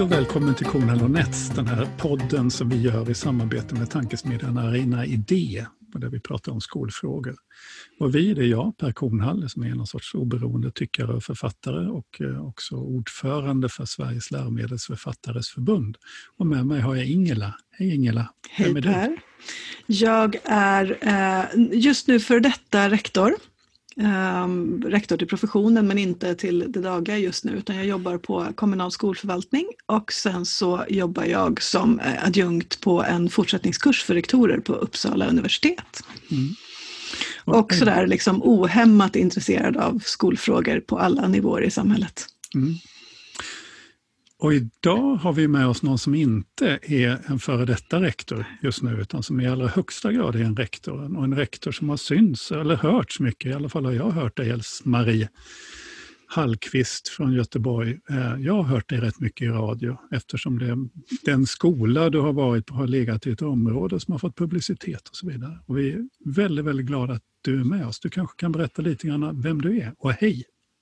och välkommen till Kornhall och Nets, den här podden som vi gör i samarbete med tankesmedjan Arena Idé, där vi pratar om skolfrågor. Och det är jag, Per Kornhall, som är någon sorts oberoende tyckare och författare och också ordförande för Sveriges läromedelsförfattares förbund. Och med mig har jag Ingela. Hej Ingela. Hej Per. Jag är just nu för detta rektor. Rektor till professionen men inte till det dagliga just nu, utan jag jobbar på kommunal skolförvaltning och sen så jobbar jag som adjunkt på en fortsättningskurs för rektorer på Uppsala universitet. Och sådär liksom ohämmat intresserad av skolfrågor på alla nivåer i samhället. Och idag har vi med oss någon som inte är en före detta rektor just nu, utan som i allra högsta grad är en rektor. Och en rektor som har synts eller hörts mycket, i alla fall har jag hört dig, Marie Hallqvist från Göteborg. Jag har hört dig rätt mycket i radio, eftersom den skola du har varit på har legat i ett område som har fått publicitet och så vidare. Och vi är väldigt, väldigt glada att du är med oss. Du kanske kan berätta lite grann vem du är, och hej!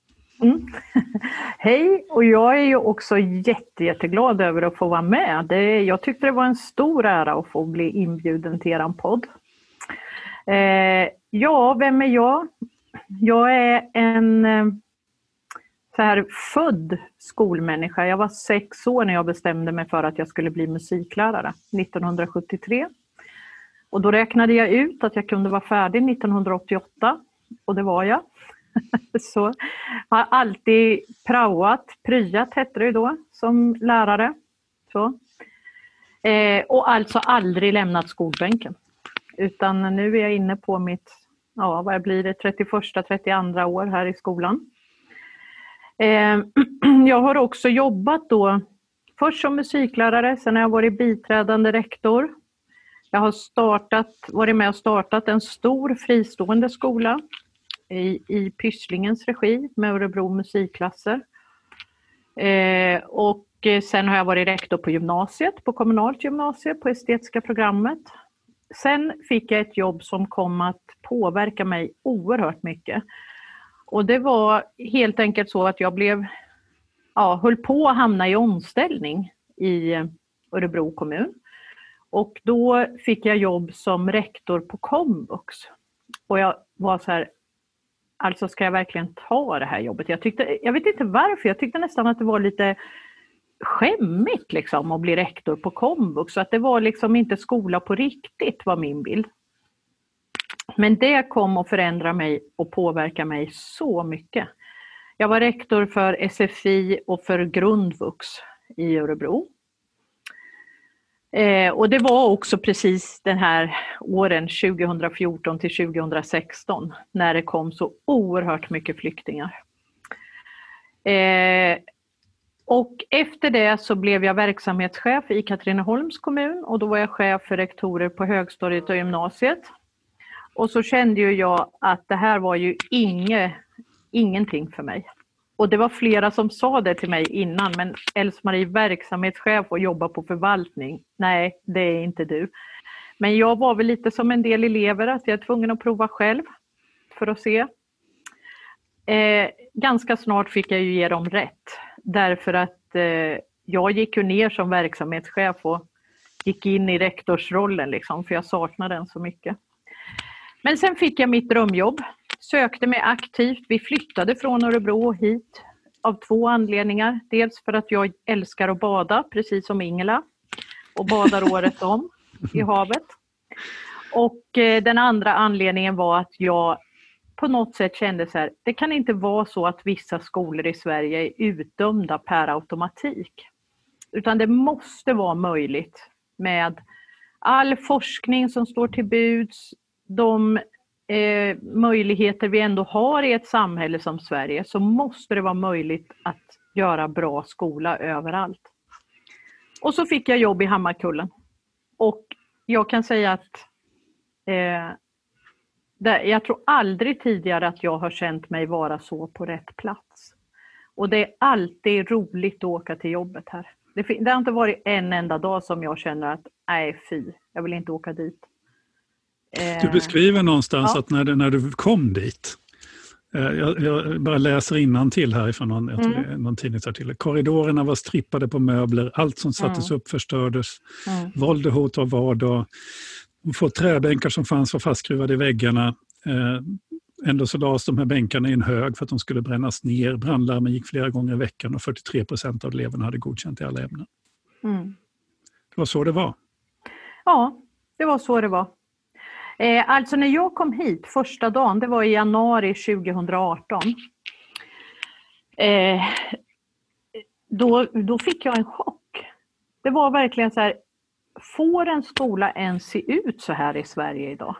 Hej, och jag är ju också jätteglad över att få vara med. Jag tyckte det var en stor ära att få bli inbjuden till er podd. Vem är jag? Jag är en så här född skolmänniska. Jag var 6 år när jag bestämde mig för att jag skulle bli musiklärare 1973. Och då räknade jag ut att jag kunde vara färdig 1988, och det var jag. Så jag har alltid pryat hette det då, som lärare. Så. Och alltså aldrig lämnat skolbänken. Utan nu är jag inne på mitt, vad blir det, 31-32 år här i skolan. Jag har också jobbat då, först som musiklärare, sen har jag varit biträdande rektor. Jag har varit med och startat en stor fristående skola i Pysslingens regi med Örebro musikklasser. Och sen har jag varit rektor på gymnasiet, på kommunalt gymnasiet, på estetiska programmet. Sen fick jag ett jobb som kom att påverka mig oerhört mycket. Och det var helt enkelt så att jag höll på att hamna i omställning i Örebro kommun. Och då fick jag jobb som rektor på komvux. Och jag var så här, alltså ska jag verkligen ta det här jobbet? Jag vet inte varför, jag tyckte nästan att det var lite skämmigt liksom att bli rektor på komvux. Så att det var liksom inte skola på riktigt, var min bild. Men det kom att förändra mig och påverka mig så mycket. Jag var rektor för SFI och för grundvux i Örebro. Och det var också precis den här åren 2014 till 2016 när det kom så oerhört mycket flyktingar. Och efter det så blev jag verksamhetschef i Katrineholms kommun, och då var jag chef för rektorer på högstadiet och gymnasiet. Och så kände ju jag att det här var ju ingenting för mig. Och det var flera som sa det till mig innan, men Else-Marie, verksamhetschef och jobba på förvaltning, nej, det är inte du. Men jag var väl lite som en del elever, att jag är tvungen att prova själv för att se. Ganska snart fick jag ju ge dem rätt, därför att jag gick ju ner som verksamhetschef och gick in i rektorsrollen liksom, för jag saknade den så mycket. Men sen fick jag mitt drömjobb. Sökte mig aktivt. Vi flyttade från Örebro hit av 2 anledningar. Dels för att jag älskar att bada, precis som Ingela. Och badar året om i havet. Och den andra anledningen var att jag på något sätt kände så här. Det kan inte vara så att vissa skolor i Sverige är utdömda per automatik. Utan det måste vara möjligt med all forskning som står till buds. De möjligheter vi ändå har i ett samhälle som Sverige, så måste det vara möjligt att göra bra skola överallt. Och så fick jag jobb i Hammarkullen. Och jag kan säga att jag tror aldrig tidigare att jag har känt mig vara så på rätt plats. Och det är alltid roligt att åka till jobbet här. Det har inte varit en enda dag som jag känner att nej fy, jag vill inte åka dit. Du beskriver någonstans att när du kom dit Jag bara läser innantill härifrån någon tidningsartikel. Korridorerna var strippade på möbler, allt som sattes upp förstördes. Våld och hot var vardag. Få träbänkar som fanns var fastskruvade i väggarna. Ändå så lades de här bänkarna i en hög för att de skulle brännas ner. Brandlarmen gick flera gånger i veckan och 43% av eleverna hade godkänt i alla ämnen. Det var så det var. Ja, det var så det var. Alltså när jag kom hit första dagen, det var i januari 2018. Då fick jag en chock. Det var verkligen så här, får en skola ens se ut så här i Sverige idag?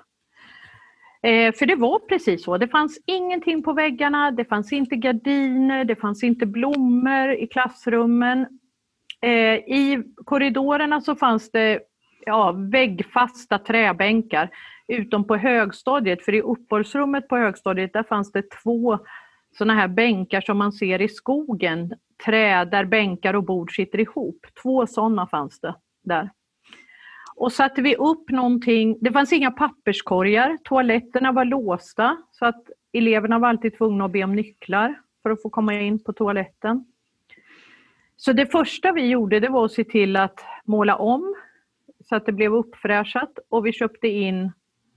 För det var precis så. Det fanns ingenting på väggarna, det fanns inte gardiner, det fanns inte blommor i klassrummen. I korridorerna så fanns det väggfasta träbänkar. Utom på högstadiet, för i uppehållsrummet på högstadiet där fanns det 2 sådana här bänkar som man ser i skogen. Träd där bänkar och bord sitter ihop. 2 sådana fanns det där. Och satte vi upp någonting, det fanns inga papperskorgar, toaletterna var låsta så att eleverna var alltid tvungna att be om nycklar för att få komma in på toaletten. Så det första vi gjorde det var att se till att måla om så att det blev uppfräschat och vi köpte in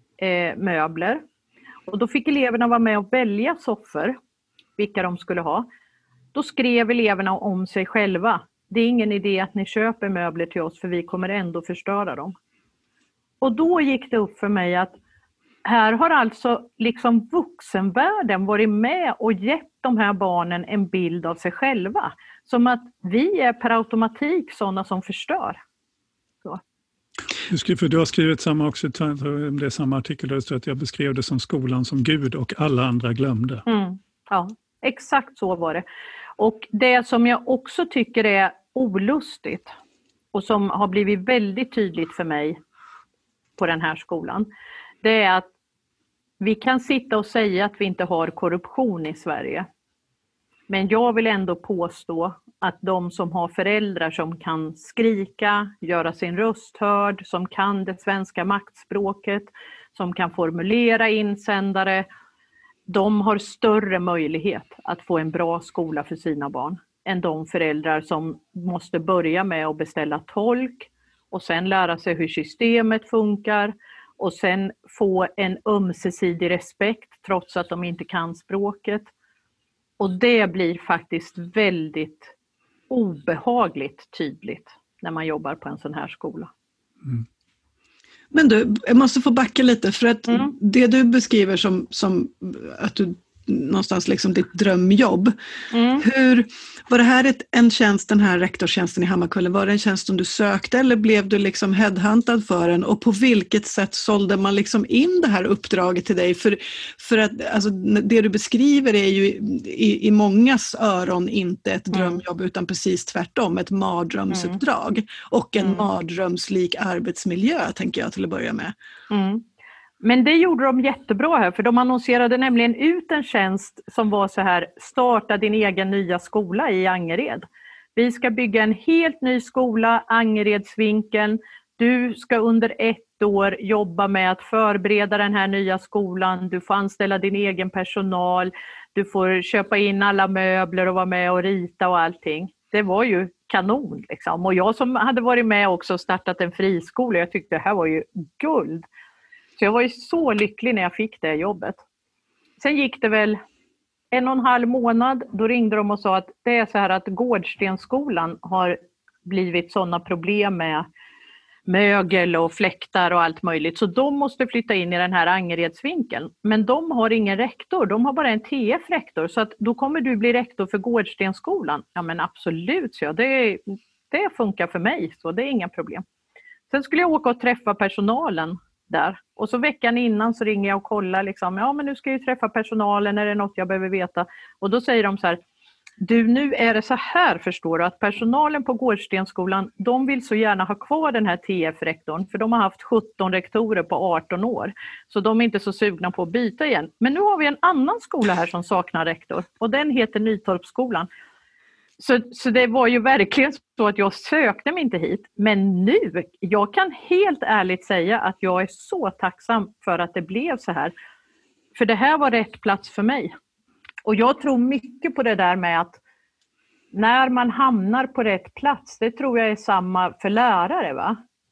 möbler. Och då fick eleverna vara med och välja soffor, vilka de skulle ha. Då skrev eleverna om sig själva. Det är ingen idé att ni köper möbler till oss för vi kommer ändå förstöra dem. Och då gick det upp för mig att här har alltså liksom vuxenvärlden varit med och gett de här barnen en bild av sig själva. Som att vi är per automatik sådana som förstör. Så. Du har skrivit samma också, det är samma artikel där det står att jag beskrev det som skolan som Gud och alla andra glömde. Ja, exakt så var det. Och det som jag också tycker är olustigt och som har blivit väldigt tydligt för mig på den här skolan, det är att vi kan sitta och säga att vi inte har korruption i Sverige. Men jag vill ändå påstå att de som har föräldrar som kan skrika, göra sin röst hörd, som kan det svenska maktspråket, som kan formulera insändare, de har större möjlighet att få en bra skola för sina barn än de föräldrar som måste börja med att beställa tolk och sen lära sig hur systemet funkar och sen få en ömsesidig respekt trots att de inte kan språket. Och det blir faktiskt väldigt obehagligt tydligt när man jobbar på en sån här skola. Men du, jag måste få backa lite för att det du beskriver som att du någonstans liksom ditt drömjobb. Var det här en tjänst, den här rektorstjänsten i Hammarkullen, var det en tjänst som du sökte eller blev du liksom headhuntad för den? Och på vilket sätt sålde man liksom in det här uppdraget till dig? För att alltså, det du beskriver är ju i mångas öron inte ett drömjobb utan precis tvärtom, ett mardrömsuppdrag. Och en mardrömslik arbetsmiljö tänker jag till att börja med. Men det gjorde de jättebra här, för de annonserade nämligen ut en tjänst som var så här: starta din egen nya skola i Angered. Vi ska bygga en helt ny skola, Angeredsvinkeln. Du ska under 1 år jobba med att förbereda den här nya skolan. Du får anställa din egen personal. Du får köpa in alla möbler och vara med och rita och allting. Det var ju kanon liksom. Och jag som hade varit med också och startat en friskola, jag tyckte det här var ju guld. Så jag var ju så lycklig när jag fick det jobbet. Sen gick det väl 1,5 månad. Då ringde de och sa att det är så här att Gårdstensskolan har blivit sådana problem med mögel och fläktar och allt möjligt. Så de måste flytta in i den här Angeredsvinkeln. Men de har ingen rektor. De har bara en TF-rektor. Så att då kommer du bli rektor för Gårdstensskolan. Ja men absolut, så det funkar för mig. Så det är inga problem. Sen skulle jag åka och träffa personalen där. Och så veckan innan så ringer jag och kollar liksom, ja men nu ska jag ju träffa personalen, är det något jag behöver veta? Och då säger de så här: du, nu är det så här, förstår du, att personalen på Gårdstensskolan, de vill så gärna ha kvar den här TF-rektorn, för de har haft 17 rektorer på 18 år. Så de är inte så sugna på att byta igen. Men nu har vi en annan skola här som saknar rektor, och den heter Nytorpsskolan. Så det var ju verkligen så att jag sökte mig inte hit. Men nu, jag kan helt ärligt säga att jag är så tacksam för att det blev så här. För det här var rätt plats för mig. Och jag tror mycket på det där med att när man hamnar på rätt plats, det tror jag är samma för lärare, va?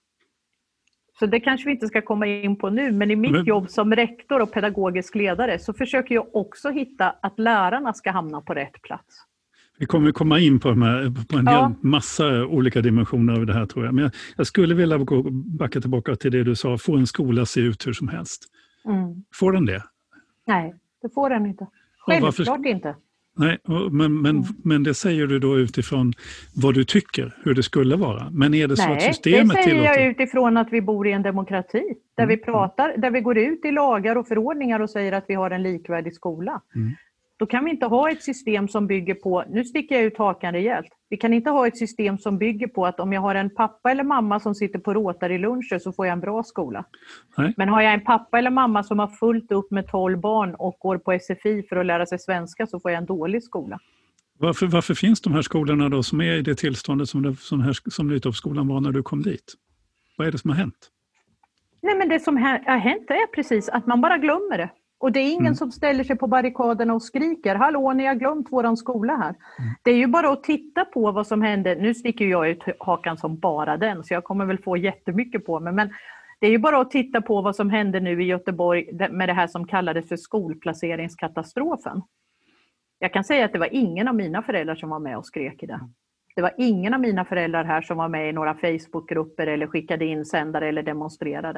Så det kanske vi inte ska komma in på nu, men i mitt jobb som rektor och pedagogisk ledare så försöker jag också hitta att lärarna ska hamna på rätt plats. Vi kommer komma in på en hel massa olika dimensioner av det här, tror jag. Men jag skulle vilja backa tillbaka till det du sa, får en skola se ut hur som helst? Får den det? Nej, det får den inte. Självklart inte. Nej, men det säger du då utifrån vad du tycker, hur det skulle vara. Men är det så att systemet det säger tillåter? jag utifrån att vi bor i en demokrati. Där vi pratar, där vi går ut i lagar och förordningar och säger att vi har en likvärdig skola. Då kan vi inte ha ett system som bygger på, nu sticker jag ut hakan rejält. Vi kan inte ha ett system som bygger på att om jag har en pappa eller mamma som sitter på Rotary luncher så får jag en bra skola. Nej. Men har jag en pappa eller mamma som har fullt upp med 12 barn och går på SFI för att lära sig svenska så får jag en dålig skola. Varför finns de här skolorna då som är i det tillståndet som Nytorpsskolan var när du kom dit? Vad är det som har hänt? Nej, men det som har hänt är precis att man bara glömmer det. Och det är ingen som ställer sig på barrikaderna och skriker, hallå, ni har glömt våran skola här. Det är ju bara att titta på vad som hände. Nu sticker jag ut hakan som bara den, så jag kommer väl få jättemycket på mig. Men det är ju bara att titta på vad som hände nu i Göteborg med det här som kallades för skolplaceringskatastrofen. Jag kan säga att det var ingen av mina föräldrar som var med och skrek i det. Det var ingen av mina föräldrar här som var med i några Facebookgrupper eller skickade insändare eller demonstrerade.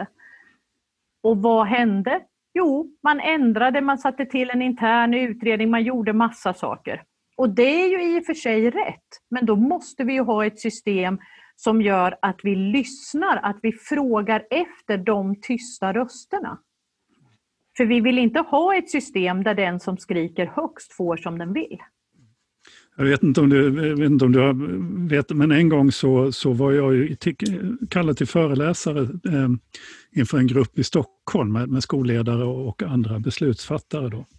Och vad hände? Jo, man ändrade, man satte till en intern utredning, man gjorde massa saker. Och det är ju i och för sig rätt, men då måste vi ju ha ett system som gör att vi lyssnar, att vi frågar efter de tysta rösterna. För vi vill inte ha ett system där den som skriker högst får som den vill. Jag vet inte om du vet, men en gång så var jag kallad till föreläsare inför en grupp i Stockholm med skolledare och andra beslutsfattare då.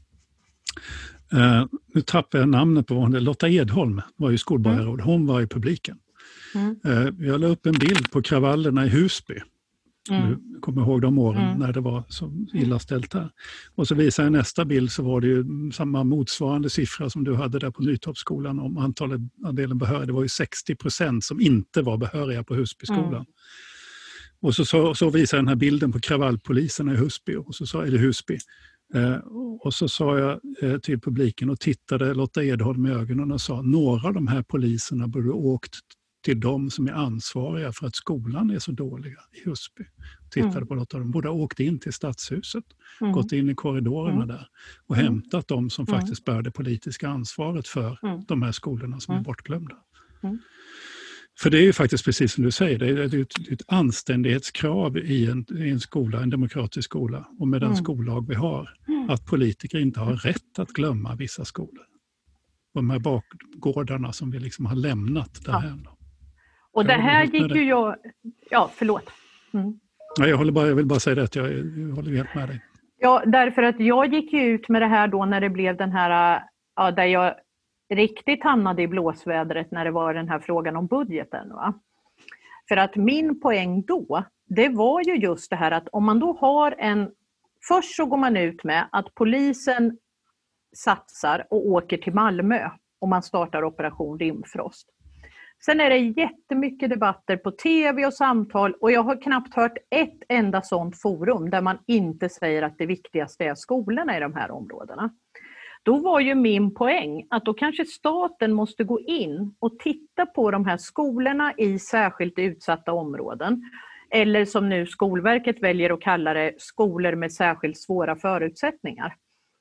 Nu tappar jag namnet på hon. Lotta Edholm var ju skolborgarråd. Hon var i publiken. Jag la upp en bild på kravallerna i Husby. Jag kommer ihåg de åren när det var så illa ställt här. Och så visar jag nästa bild, så var det ju samma motsvarande siffra som du hade där på Nytorpsskolan om andelen behöriga. Det var ju 60% som inte var behöriga på Husbyskolan. Och så visar jag den här bilden på kravallpoliserna i Husby. Och så sa jag till publiken och tittade Lotta Edholm i ögonen och sa, några av de här poliserna borde åkt till de som är ansvariga för att skolan är så dåliga i Husby. Tittade på Lotta, de borde ha åkt in till stadshuset, gått in i korridorerna där och hämtat de som faktiskt bär det politiska ansvaret för de här skolorna som är bortglömda. För det är ju faktiskt precis som du säger, det är ett anständighetskrav i en skola, en demokratisk skola, och med den skollag vi har, att politiker inte har rätt att glömma vissa skolor. De här bakgårdarna som vi liksom har lämnat därhän. Och det här gick ju jag... Ja, förlåt. Ja, jag vill bara säga det, att jag håller helt med dig. Ja, därför att jag gick ju ut med det här då när det blev den här... Ja, där jag riktigt hamnade i blåsvädret när det var den här frågan om budgeten. Va? För att min poäng då, det var ju just det här att om man då har en... Först så går man ut med att polisen satsar och åker till Malmö och man startar operation Rimfrost. Sen är det jättemycket debatter på tv och samtal, och jag har knappt hört ett enda sånt forum där man inte säger att det viktigaste är skolorna i de här områdena. Då var ju min poäng att då kanske staten måste gå in och titta på de här skolorna i särskilt utsatta områden. Eller som nu Skolverket väljer att kalla det, skolor med särskilt svåra förutsättningar.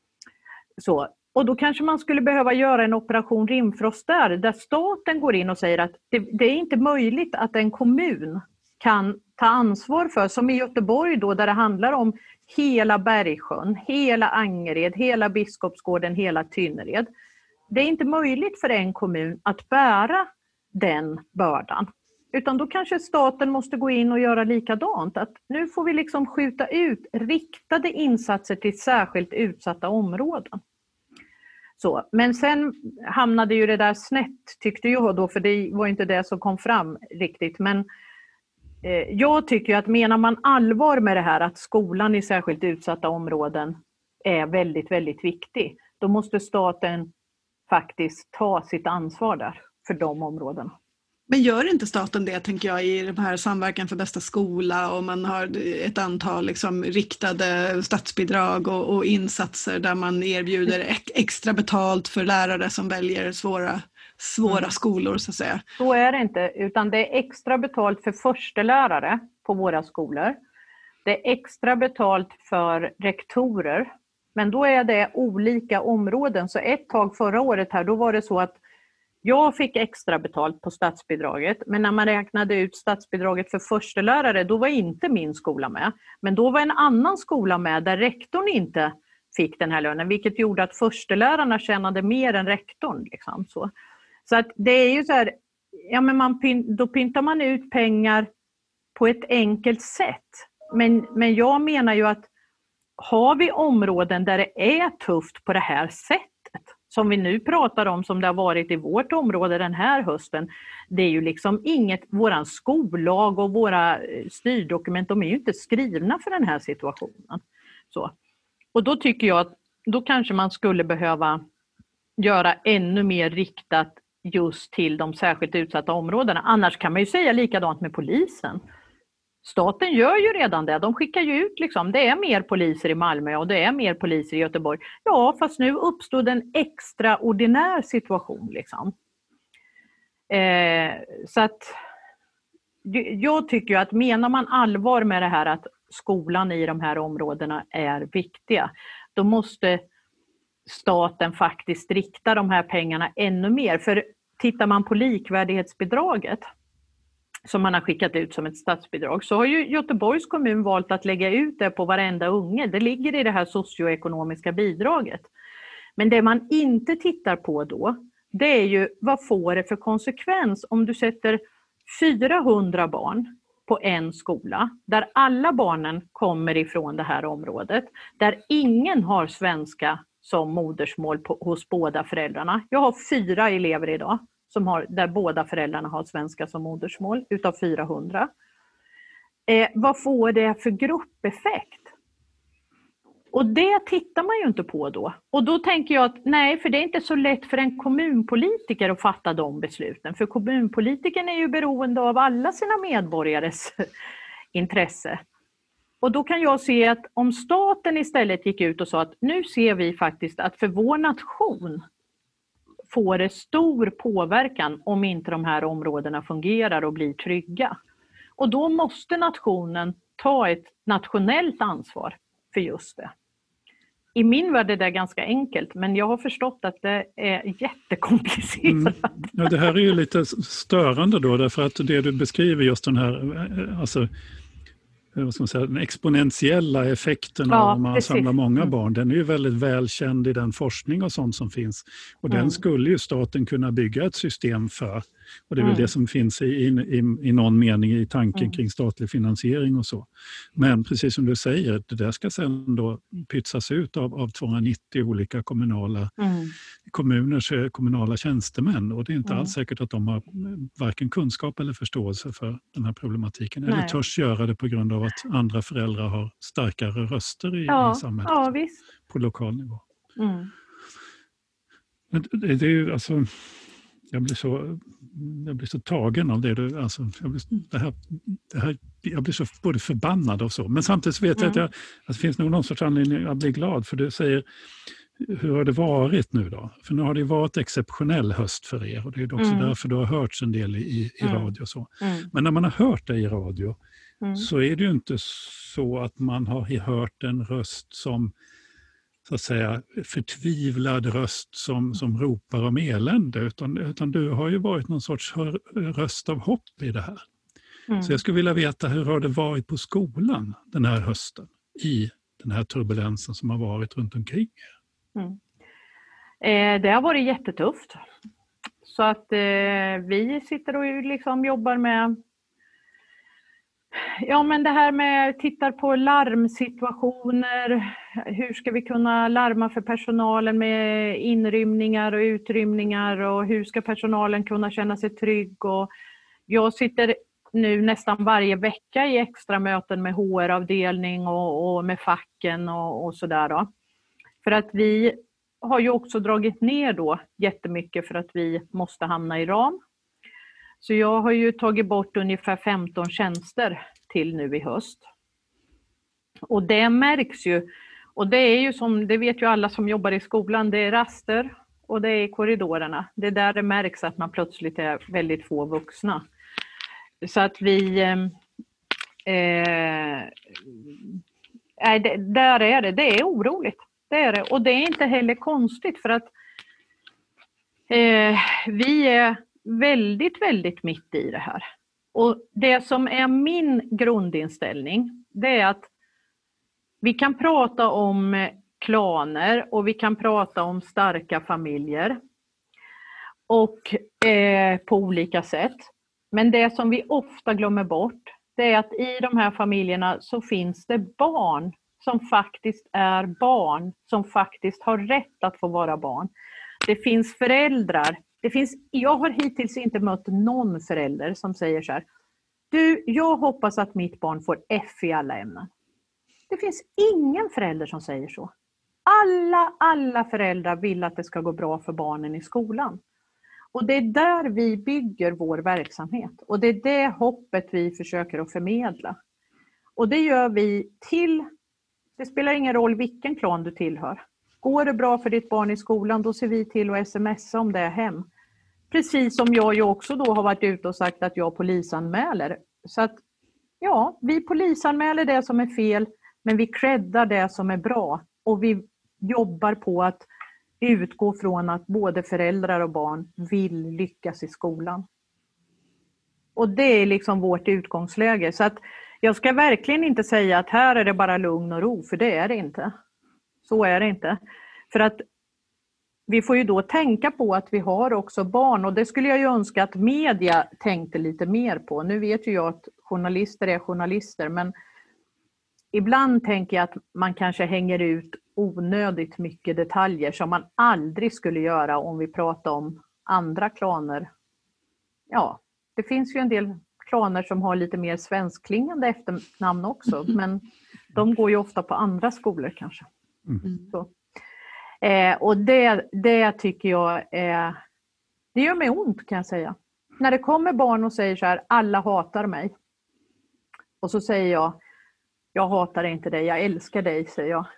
Så. Och då kanske man skulle behöva göra en operation Rimfrost där staten går in och säger att det är inte möjligt att en kommun kan ta ansvar för, som i Göteborg då, där det handlar om hela Bergsjön, hela Angered, hela Biskopsgården, hela Tynnered. Det är inte möjligt för en kommun att bära den bördan. Utan då kanske staten måste gå in och göra likadant. Att nu får vi liksom skjuta ut riktade insatser till särskilt utsatta områden. Så, men sen hamnade ju det där snett, tyckte jag då, för det var inte det som kom fram riktigt. Men jag tycker att menar man allvar med det här att skolan i särskilt utsatta områden är väldigt, väldigt viktig, Då måste staten faktiskt ta sitt ansvar där för de områdena. Men gör inte staten det, tänker jag, i de här samverkan för bästa skola, och man har ett antal liksom riktade statsbidrag och insatser där man erbjuder extra betalt för lärare som väljer svåra skolor, så att säga. Så är det inte, utan det är extra betalt för förstelärare på våra skolor. Det är extra betalt för rektorer, men då är det olika områden. Så ett tag förra året här, då var det så att jag fick extra betalt på statsbidraget, men när man räknade ut statsbidraget för förstelärare, då var inte min skola med. Men då var en annan skola med där rektorn inte fick den här lönen, vilket gjorde att förstelärarna tjänade mer än rektorn. Liksom, så att det är ju så här, ja, men då pyntar man ut pengar på ett enkelt sätt. Men jag menar ju att har vi områden där det är tufft på det här sättet, som vi nu pratar om, som det har varit i vårt område den här hösten, det är ju liksom inget, våran skollag och våra styrdokument, de är ju inte skrivna för den här situationen. Så. Och då tycker jag att då kanske man skulle behöva göra ännu mer riktat just till de särskilt utsatta områdena. Annars kan man ju säga likadant med polisen. Staten gör ju redan det. De skickar ju ut liksom, det är mer poliser i Malmö och det är mer poliser i Göteborg. Ja, fast nu uppstod en extraordinär situation liksom. Så att jag tycker ju att menar man allvar med det här att skolan i de här områdena är viktiga, då måste staten faktiskt rikta de här pengarna ännu mer. För tittar man på likvärdighetsbidraget som man har skickat ut som ett statsbidrag, så har ju Göteborgs kommun valt att lägga ut det på varenda unge. Det ligger i det här socioekonomiska bidraget. Men det man inte tittar på då, det är ju vad får det för konsekvens om du sätter 400 barn på en skola, där alla barnen kommer ifrån det här området, där ingen har svenska som modersmål hos båda föräldrarna. Jag har 4 elever idag där båda föräldrarna har svenska som modersmål utav 400. Vad får det för gruppeffekt? Och det tittar man ju inte på då. Och då tänker jag att nej, för det är inte så lätt för en kommunpolitiker att fatta de besluten. För kommunpolitikern är ju beroende av alla sina medborgares intresse. Och då kan jag se att om staten istället gick ut och sa att nu ser vi faktiskt att för vår nation får det stor påverkan om inte de här områdena fungerar och blir trygga. Och då måste nationen ta ett nationellt ansvar för just det. I min värld är det ganska enkelt, men jag har förstått att det är jättekomplicerat. Ja, det här är ju lite störande då, därför att det du beskriver, just den här, alltså, vad ska man säga, den exponentiella effekten av om man samlar många barn, den är ju väldigt välkänd i den forskning och sånt som finns. Och den skulle ju staten kunna bygga ett system för. Och det är väl det som finns i någon mening i tanken kring statlig finansiering och så. Men precis som du säger, det där ska sedan då pytsas ut av 290 olika kommuners kommunala tjänstemän. Och det är inte alls säkert att de har varken kunskap eller förståelse för den här problematiken. Nej. Eller törs göra det på grund av att andra föräldrar har starkare röster i samhället. Ja, visst. På lokal nivå. Men det är ju alltså... Jag blir så tagen av det. Alltså, jag blir så både förbannad och så. Men samtidigt vet jag att det finns nog någon sorts anledning att bli glad. För du säger, hur har det varit nu då? För nu har det varit exceptionell höst för er. Och det är också därför du har hörts en del i radio och så. Men när man har hört det i radio så är det ju inte så att man har hört en röst som, så att säga, förtvivlad röst som ropar om elände, utan du har ju varit någon sorts röst av hopp i det här. Så jag skulle vilja veta, hur har det varit på skolan den här hösten i den här turbulensen som har varit runt omkring er? Det har varit jättetufft. Så att vi sitter och liksom jobbar med men det här med tittar på larmsituationer, hur ska vi kunna larma för personalen med inrymningar och utrymningar, och hur ska personalen kunna känna sig trygg. Och jag sitter nu nästan varje vecka i extra möten med HR-avdelning och med facken och sådär då. För att vi har ju också dragit ner då jättemycket för att vi måste hamna i ram. Så jag har ju tagit bort ungefär 15 tjänster till nu i höst. Och det märks ju, och det är ju som, det vet ju alla som jobbar i skolan, det är raster och det är korridorerna. Det är där det märks att man plötsligt är väldigt få vuxna. Så att vi, där är det är oroligt. Det är det. Och det är inte heller konstigt för att vi är väldigt, väldigt mitt i det här. Och det som är min grundinställning, det är att vi kan prata om klaner och vi kan prata om starka familjer och på olika sätt. Men det som vi ofta glömmer bort, det är att i de här familjerna så finns det barn som faktiskt är barn, som faktiskt har rätt att få vara barn. Det finns föräldrar. Jag har hittills inte mött någon förälder som säger så här: du, jag hoppas att mitt barn får F i alla ämnen. Det finns ingen förälder som säger så. Alla föräldrar vill att det ska gå bra för barnen i skolan. Och det är där vi bygger vår verksamhet. Och det är det hoppet vi försöker att förmedla. Och det gör vi till, det spelar ingen roll vilken klan du tillhör. Går det bra för ditt barn i skolan, då ser vi till att smsa om det är hem. Precis som jag ju också då har varit ute och sagt att jag polisanmäler. Så att ja, vi polisanmäler det som är fel, men vi creddar det som är bra. Och vi jobbar på att utgå från att både föräldrar och barn vill lyckas i skolan. Och det är liksom vårt utgångsläge. Så att jag ska verkligen inte säga att här är det bara lugn och ro, för det är det inte. Så är det inte. För att vi får ju då tänka på att vi har också barn, och det skulle jag ju önska att media tänkte lite mer på. Nu vet ju jag att journalister är journalister, men ibland tänker jag att man kanske hänger ut onödigt mycket detaljer som man aldrig skulle göra om vi pratar om andra klaner. Ja, det finns ju en del klaner som har lite mer svenskklingande efternamn också, men de går ju ofta på andra skolor kanske. Så. Och det tycker jag det gör mig ont, kan jag säga. När det kommer barn och säger så här: alla hatar mig. Och så säger jag hatar inte dig, jag älskar dig, säger jag.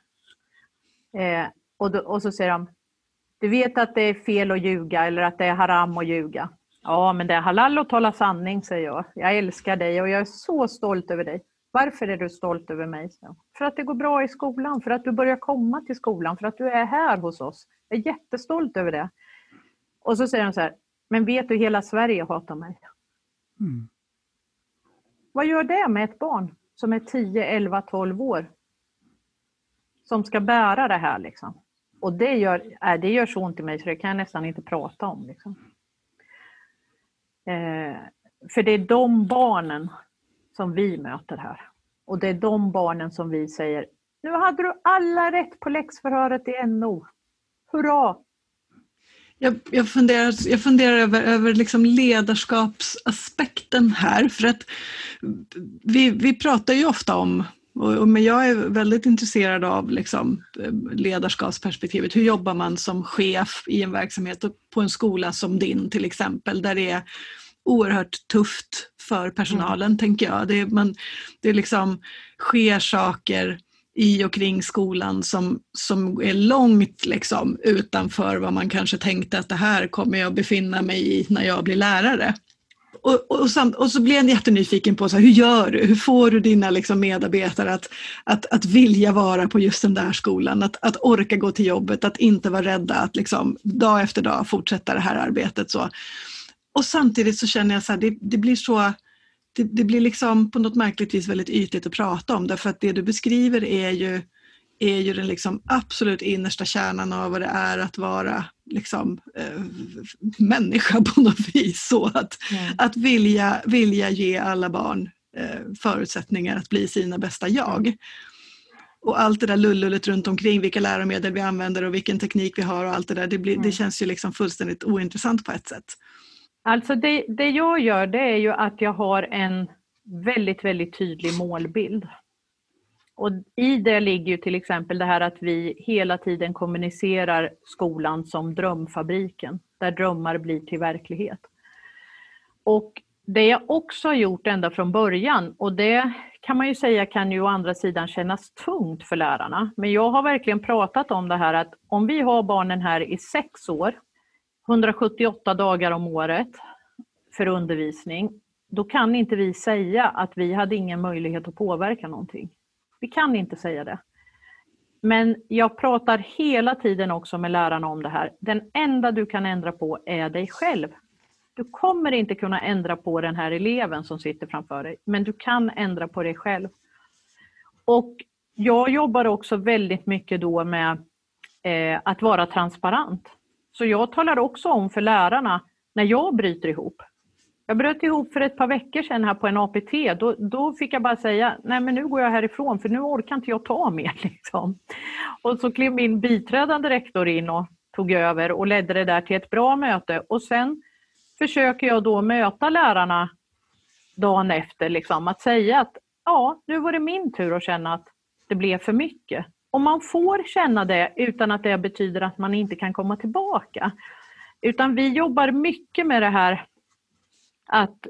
Och så säger de: du vet att det är fel att ljuga, eller att det är haram att ljuga. Ja, men det är halal att tala sanning, säger jag. Jag älskar dig och jag är så stolt över dig. Varför är du stolt över mig? För att det går bra i skolan, för att du börjar komma till skolan, för att du är här hos oss. Jag är jättestolt över det. Och så säger de så här: men vet du, hela Sverige hatar mig. Vad gör det med ett barn som är 10, 11, 12 år? Som ska bära det här liksom. Och det gör så ont i mig så det kan jag nästan inte prata om liksom. För det är de barnen som vi möter här. Och det är de barnen som vi säger: nu hade du alla rätt på läxförhöret i NO. Hurra! Jag funderar över liksom ledarskapsaspekten här. För att vi pratar ju ofta om, men jag är väldigt intresserad av liksom ledarskapsperspektivet. Hur jobbar man som chef i en verksamhet på en skola som din till exempel, där det är oerhört tufft för personalen, tänker jag. Det liksom sker saker i och kring skolan som är långt liksom utanför vad man kanske tänkte att det här kommer jag befinna mig i när jag blir lärare. Och så blir jag jättenyfiken på så här, hur gör du? Hur får du dina liksom medarbetare att vilja vara på just den där skolan? Att orka gå till jobbet, att inte vara rädda att liksom dag efter dag fortsätta det här arbetet så. Och samtidigt så känner jag så här, det blir så, det blir liksom på något märkligt vis väldigt ytligt att prata om, därför att det du beskriver är ju den liksom absolut innersta kärnan av vad det är att vara liksom människa på något vis, så att vilja ge alla barn förutsättningar att bli sina bästa jag. Och allt det där lullet runt omkring, vilka läromedel vi använder och vilken teknik vi har och allt det där, det känns ju liksom fullständigt ointressant på ett sätt. Alltså det jag gör, det är ju att jag har en väldigt, väldigt tydlig målbild. Och i det ligger ju till exempel det här att vi hela tiden kommunicerar skolan som drömfabriken, där drömmar blir till verklighet. Och det jag också har gjort ända från början, och det kan man ju säga kan ju å andra sidan kännas tungt för lärarna. Men jag har verkligen pratat om det här att om vi har barnen här i 6 år, 178 dagar om året för undervisning, då kan inte vi säga att vi hade ingen möjlighet att påverka någonting. Vi kan inte säga det. Men jag pratar hela tiden också med lärarna om det här. Den enda du kan ändra på är dig själv. Du kommer inte kunna ändra på den här eleven som sitter framför dig, men du kan ändra på dig själv. Och jag jobbar också väldigt mycket då med att vara transparent. Så jag talar också om för lärarna när jag bryter ihop. Jag bröt ihop för ett par veckor sedan här på en APT. Då fick jag bara säga, nej men nu går jag härifrån för nu orkar inte jag ta mer. Liksom. Och så klev min biträdande rektor in och tog över och ledde det där till ett bra möte. Och sen försöker jag då möta lärarna dagen efter. Liksom, att säga att ja, nu var det min tur att känna att det blev för mycket. Och man får känna det utan att det betyder att man inte kan komma tillbaka. Utan vi jobbar mycket med det här att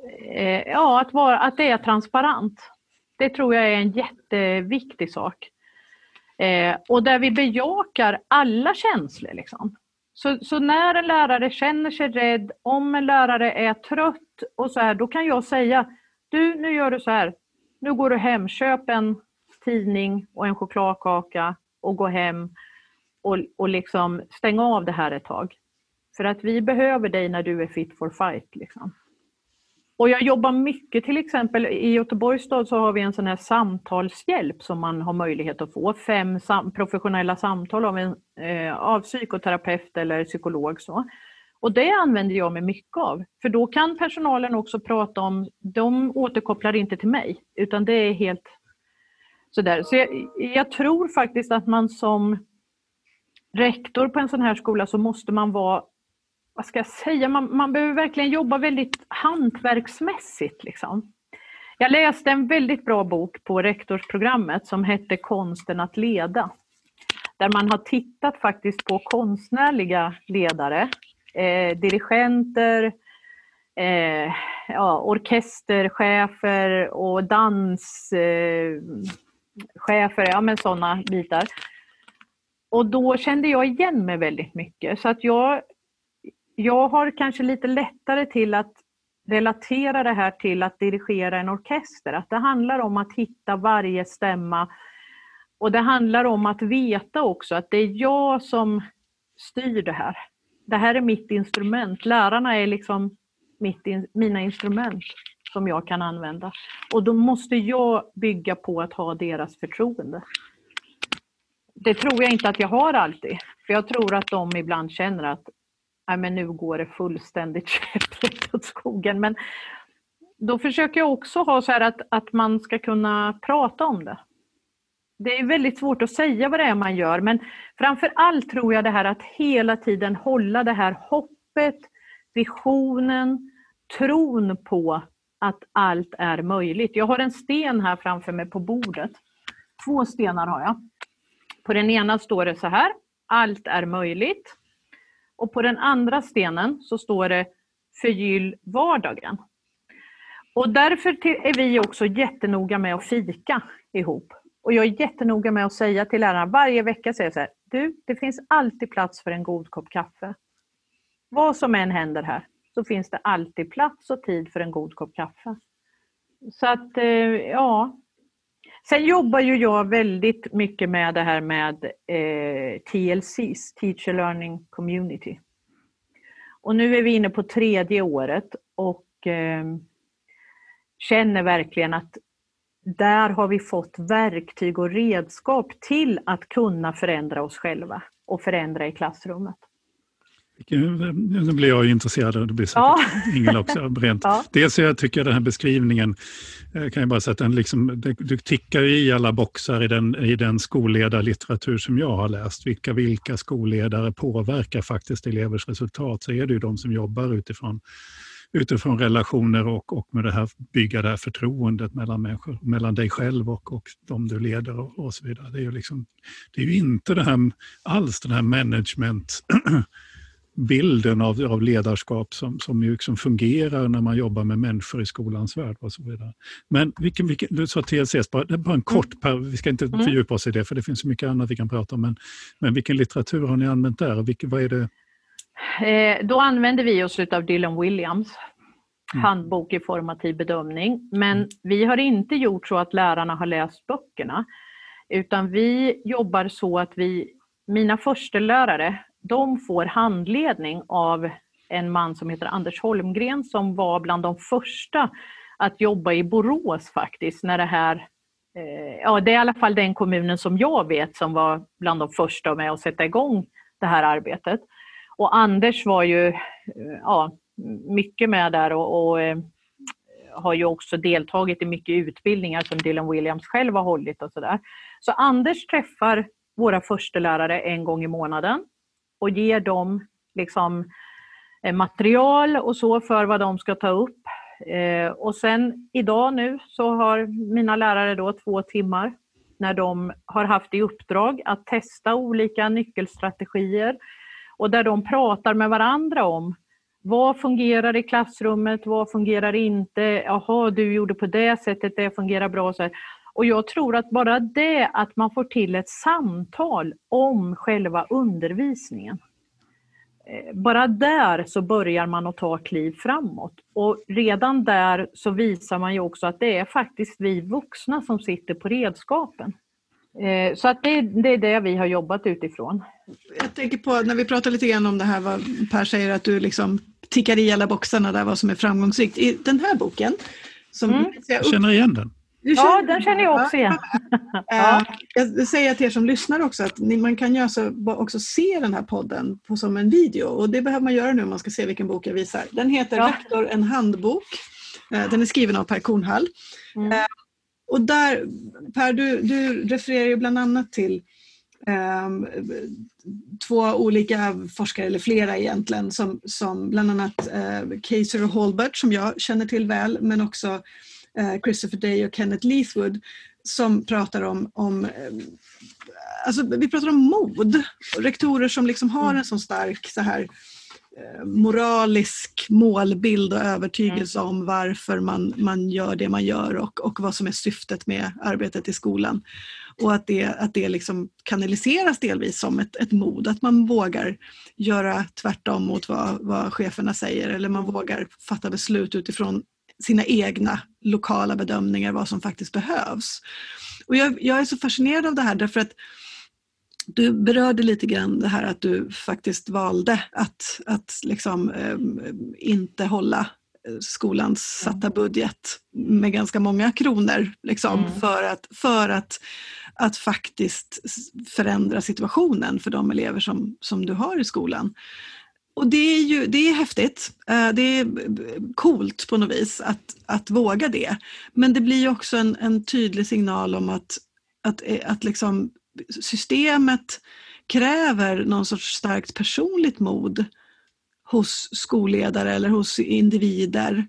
det är transparent. Det tror jag är en jätteviktig sak. Och där vi bejakar alla känslor. Liksom. Så när en lärare känner sig rädd, om en lärare är trött och så här, då kan jag säga, du nu gör du så här. Nu går du hem, köp en tidning och en chokladkaka och gå hem och liksom stänga av det här ett tag. För att vi behöver dig när du är fit for fight. Liksom. Och jag jobbar mycket, till exempel i Göteborgs stad så har vi en sån här samtalshjälp som man har möjlighet att få. 5 professionella samtal av psykoterapeut eller psykolog. Så. Och det använder jag mig mycket av. För då kan personalen också prata om, de återkopplar inte till mig utan det är helt sådär. Så jag tror faktiskt att man som rektor på en sån här skola så måste man vara, vad ska jag säga, man behöver verkligen jobba väldigt hantverksmässigt. Liksom. Jag läste en väldigt bra bok på rektorsprogrammet som hette Konsten att leda. Där man har tittat faktiskt på konstnärliga ledare, dirigenter, orkesterchefer och danschefer, men sådana bitar. Och då kände jag igen mig väldigt mycket. Så att jag har kanske lite lättare till att relatera det här till att dirigera en orkester. Att det handlar om att hitta varje stämma. Och det handlar om att veta också att det är jag som styr det här. Det här är mitt instrument. Lärarna är liksom mina instrument som jag kan använda. Och då måste jag bygga på att ha deras förtroende. Det tror jag inte att jag har alltid. För jag tror att de ibland känner att men nu går det fullständigt käpprätt åt skogen. Men då försöker jag också ha så här att man ska kunna prata om det. Det är väldigt svårt att säga vad det är man gör. Men framför allt tror jag det här att hela tiden hålla det här hoppet, visionen, tron på att allt är möjligt. Jag har en sten här framför mig på bordet. 2 stenar har jag. På den ena står det så här, allt är möjligt. Och på den andra stenen så står det förgyll vardagen. Och därför är vi också jättenoga med att fika ihop. Och jag är jättenoga med att säga till lärarna varje vecka säger så här, det finns alltid plats för en god kopp kaffe. Vad som än händer här så finns det alltid plats och tid för en god kopp kaffe. Så att Sen jobbar ju jag väldigt mycket med det här med TLCs, Teacher Learning Community. Och nu är vi inne på 3:e året och känner verkligen att där har vi fått verktyg och redskap till att kunna förändra oss själva och förändra i klassrummet. Nu blir jag intresserad och det blir säkert Ingela också. Ja. Dels jag tycker den här beskrivningen kan jag bara säga att du tickar i alla boxar i den skolledarlitteratur som jag har läst. Vilka skolledare påverkar faktiskt elevers resultat, så är det ju de som jobbar utifrån utifrån relationer och med det här, bygga det här förtroendet mellan människor, mellan dig själv och de du leder och så vidare. Det är ju inte det här, alls den här managementbilden av ledarskap som ju liksom fungerar när man jobbar med människor i skolans värld och så vidare. Men du sa TLCs, bara en kort, vi ska inte fördjupa oss i det för det finns så mycket annat vi kan prata om, men vilken litteratur har ni använt där och vad är det? Då använder vi oss av Dylan Williams handbok i formativ bedömning, men vi har inte gjort så att lärarna har läst böckerna, utan vi jobbar så att mina förstelärare, de får handledning av en man som heter Anders Holmgren som var bland de första att jobba i Borås faktiskt när det här, det är i alla fall den kommunen som jag vet som var bland de första med att sätta igång det här arbetet. Och Anders var ju mycket med där och har ju också deltagit i mycket utbildningar som Dylan Williams själv har hållit och sådär. Så Anders träffar våra förstelärare en gång i månaden och ger dem liksom material och så för vad de ska ta upp. Och sen idag nu så har mina lärare då 2 timmar när de har haft i uppdrag att testa olika nyckelstrategier och där de pratar med varandra om vad fungerar i klassrummet, vad fungerar inte, jaha du gjorde på det sättet, det fungerar bra så här. Och jag tror att bara det att man får till ett samtal om själva undervisningen. Bara där så börjar man att ta kliv framåt. Och redan där så visar man ju också att det är faktiskt vi vuxna som sitter på redskapen. Så att det är det vi har jobbat utifrån. Jag tänker på när vi pratar lite grann om det här vad Per säger att du liksom tickar i alla boxarna där vad som är framgångsrikt. I den här boken som jag känner igen den. Ja, den känner jag också igen. Jag säger till er som lyssnar också att man kan ju också se den här podden som en video och det behöver man göra nu om man ska se vilken bok jag visar. Den heter Rektor, en handbok. Den är skriven av Per Kornhall. Och där, Per, du refererar ju bland annat till 2 olika forskare, eller flera egentligen, som bland annat Kaiser och Holbert som jag känner till väl, men också Christopher Day och Kenneth Leithwood som pratar om alltså vi pratar om mod. Rektorer som liksom har en så stark så här moralisk målbild och övertygelse om varför man gör det man gör och vad som är syftet med arbetet i skolan. Och att det liksom kanaliseras delvis som ett mod. Att man vågar göra tvärtom mot vad cheferna säger eller man vågar fatta beslut utifrån sina egna lokala bedömningar vad som faktiskt behövs. Och jag är så fascinerad av det här därför att du berörde lite grann det här att du faktiskt valde att liksom, inte hålla skolans satta budget med ganska många kronor liksom, för att faktiskt förändra situationen för de elever som du har i skolan. Och det är häftigt, det är coolt på något vis att våga det. Men det blir också en tydlig signal om att liksom systemet kräver någon sorts starkt personligt mod hos skolledare eller hos individer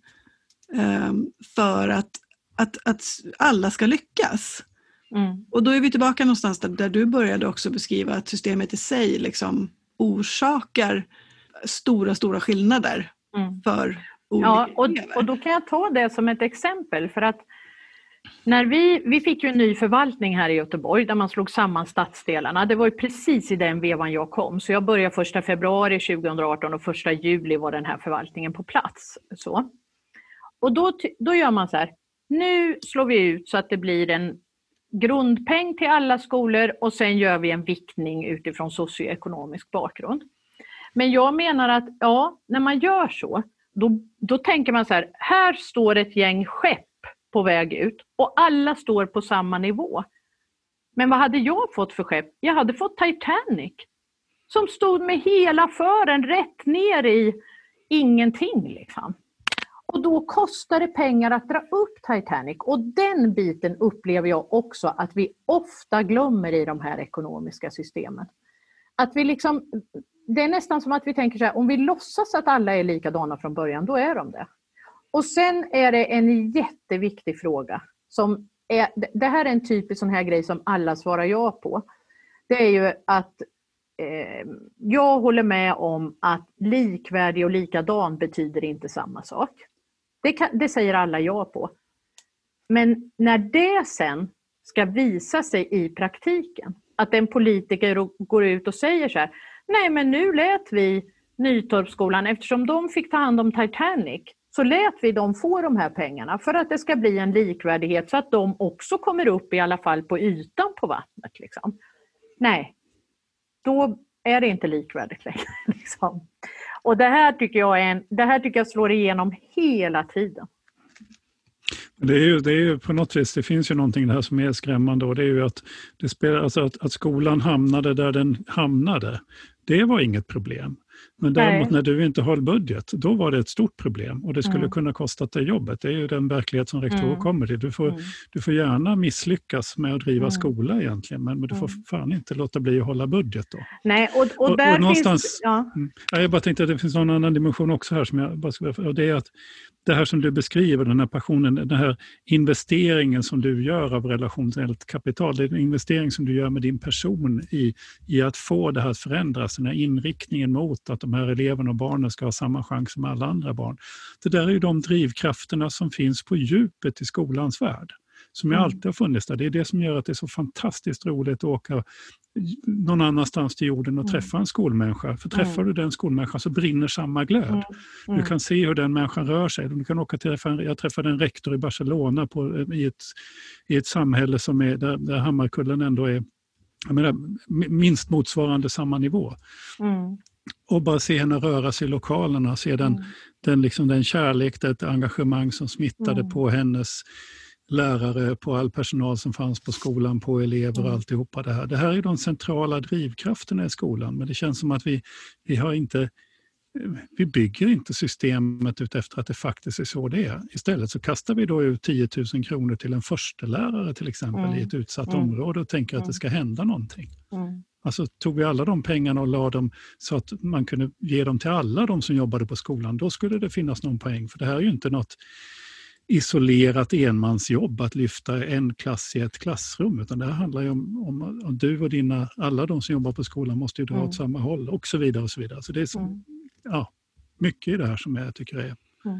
för att alla ska lyckas. Och då är vi tillbaka någonstans där du började också beskriva att systemet i sig liksom orsakar stora skillnader för olika elever. Och då kan jag ta det som ett exempel för att när vi fick ju en ny förvaltning här i Göteborg där man slog samman stadsdelarna. Det var ju precis i den vevan jag kom. Så jag började 1 februari 2018 och 1 juli var den här förvaltningen på plats. Så. Och då gör man så här. Nu slår vi ut så att det blir en grundpeng till alla skolor och sen gör vi en viktning utifrån socioekonomisk bakgrund. Men jag menar att när man gör så, då tänker man så här. Här står ett gäng skepp på väg ut och alla står på samma nivå. Men vad hade jag fått för skepp? Jag hade fått Titanic som stod med hela fören rätt ner i ingenting liksom. Och då kostar det pengar att dra upp Titanic och den biten upplever jag också att vi ofta glömmer i de här ekonomiska systemen. Att det är nästan som att vi tänker så här, om vi låtsas att alla är likadana från början, då är de det. Och sen är det en jätteviktig fråga. Det här är en typisk sån här grej som alla svarar ja på. Det är ju att jag håller med om att likvärdig och likadan betyder inte samma sak. Det säger alla ja på. Men när det sen ska visa sig i praktiken, att en politiker går ut och säger så här, nej men nu lät vi Nytorpsskolan, eftersom de fick ta hand om Titanic, så lät vi dem få de här pengarna för att det ska bli en likvärdighet så att de också kommer upp i alla fall på ytan på vattnet. Liksom. Nej, då är det inte likvärdigt längre. Liksom. Och det här tycker jag slår igenom hela tiden. Det är ju på något vis, det finns ju någonting där som är skrämmande, och det är ju att att skolan hamnade där den hamnade. Det var inget problem. Men däremot när du inte höll budget, då var det ett stort problem, och det skulle kunna kosta dig jobbet. Det är ju den verklighet som rektorer kommer till. Du får gärna misslyckas med att driva skola egentligen, men du får fan inte låta bli att hålla budget då. Nej, och där och någonstans, finns... Ja. Jag bara tänkte att det finns någon annan dimension också här som jag bara ska, och det är att det här som du beskriver, den här passionen, den här investeringen som du gör av relationellt kapital, det är en investering som du gör med din person i att få det här att förändras, den här inriktningen mot att de här eleverna och barnen ska ha samma chans som alla andra barn. Det där är ju de drivkrafterna som finns på djupet i skolans värld, som alltid har funnits där. Det är det som gör att det är så fantastiskt roligt att åka någon annanstans till jorden och träffa en skolmänniska. För träffar du den skolmänniskan så brinner samma glöd. Du kan se hur den människan rör sig. Du kan åka till, jag träffade en rektor i Barcelona i ett samhälle som är där Hammarkullen ändå är, jag menar, minst motsvarande samma nivå. Och bara se henne röra sig i lokalerna, se den kärlek, det engagemang som smittade på hennes lärare, på all personal som fanns på skolan, på elever och alltihopa det här. Det här är de centrala drivkrafterna i skolan, men det känns som att vi bygger inte systemet ut efter att det faktiskt är så det är. Istället så kastar vi då ut 10 000 kronor till en förstelärare till exempel i ett utsatt område och tänker att det ska hända någonting. Alltså tog vi alla de pengarna och la dem så att man kunde ge dem till alla de som jobbade på skolan, då skulle det finnas någon poäng. För det här är ju inte något isolerat enmansjobb att lyfta en klass i ett klassrum, utan det här handlar ju om du och alla de som jobbar på skolan måste ju dra åt samma håll och så vidare och så vidare. Så det är mycket i det här som jag tycker är...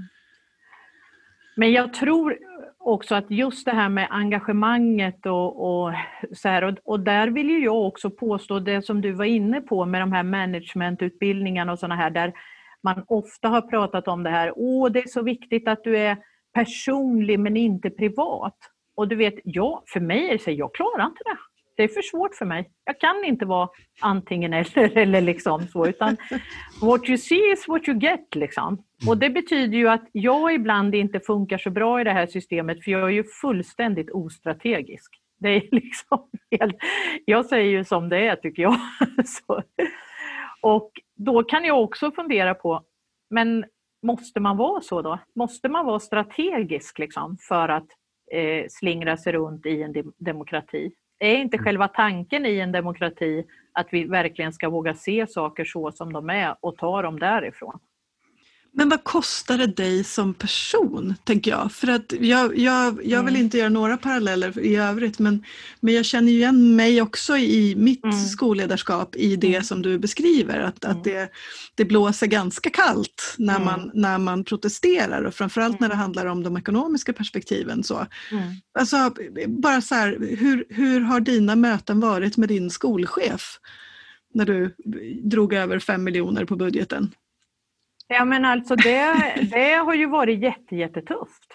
Men jag tror också att just det här med engagemanget och så här, och där vill ju jag också påstå det som du var inne på med de här managementutbildningarna och sådana här, där man ofta har pratat om det här, det är så viktigt att du är personlig men inte privat. Och du vet, för mig är det så, jag klarar inte det. Det är för svårt för mig. Jag kan inte vara antingen eller liksom så, utan what you see is what you get liksom. Och det betyder ju att jag ibland inte funkar så bra i det här systemet, för jag är ju fullständigt ostrategisk. Det är liksom helt, jag säger ju som det är, tycker jag. Så. Och då kan jag också fundera på, men måste man vara så då? Måste man vara strategisk liksom för att slingra sig runt i en demokrati? Är inte själva tanken i en demokrati att vi verkligen ska våga se saker så som de är och ta dem därifrån? Men vad kostar det dig som person, tänker jag? För att jag vill inte göra några paralleller i övrigt, men jag känner ju igen mig också i mitt skolledarskap i det som du beskriver. Att det blåser ganska kallt när man protesterar, och framförallt när det handlar om de ekonomiska perspektiven. Så. Alltså, bara så här, hur har dina möten varit med din skolchef när du drog över 5 miljoner på budgeten? Ja, men alltså det har ju varit jättetufft.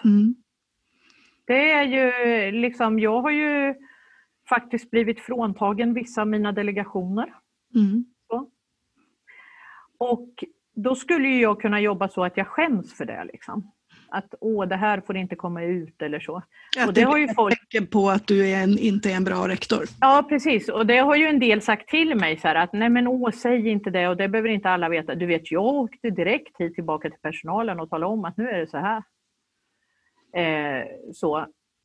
Det är ju liksom, jag har ju faktiskt blivit fråntagen vissa av mina delegationer. Så. Och då skulle ju jag kunna jobba så att jag skäms för det liksom. Att det här får inte komma ut eller så. Och det har ju folk på att du inte är en bra rektor. Ja, precis. Och det har ju en del sagt till mig så här att nej men säg inte det, och det behöver inte alla veta. Du vet, jag åkte direkt hit tillbaka till personalen och talade om att nu är det så här.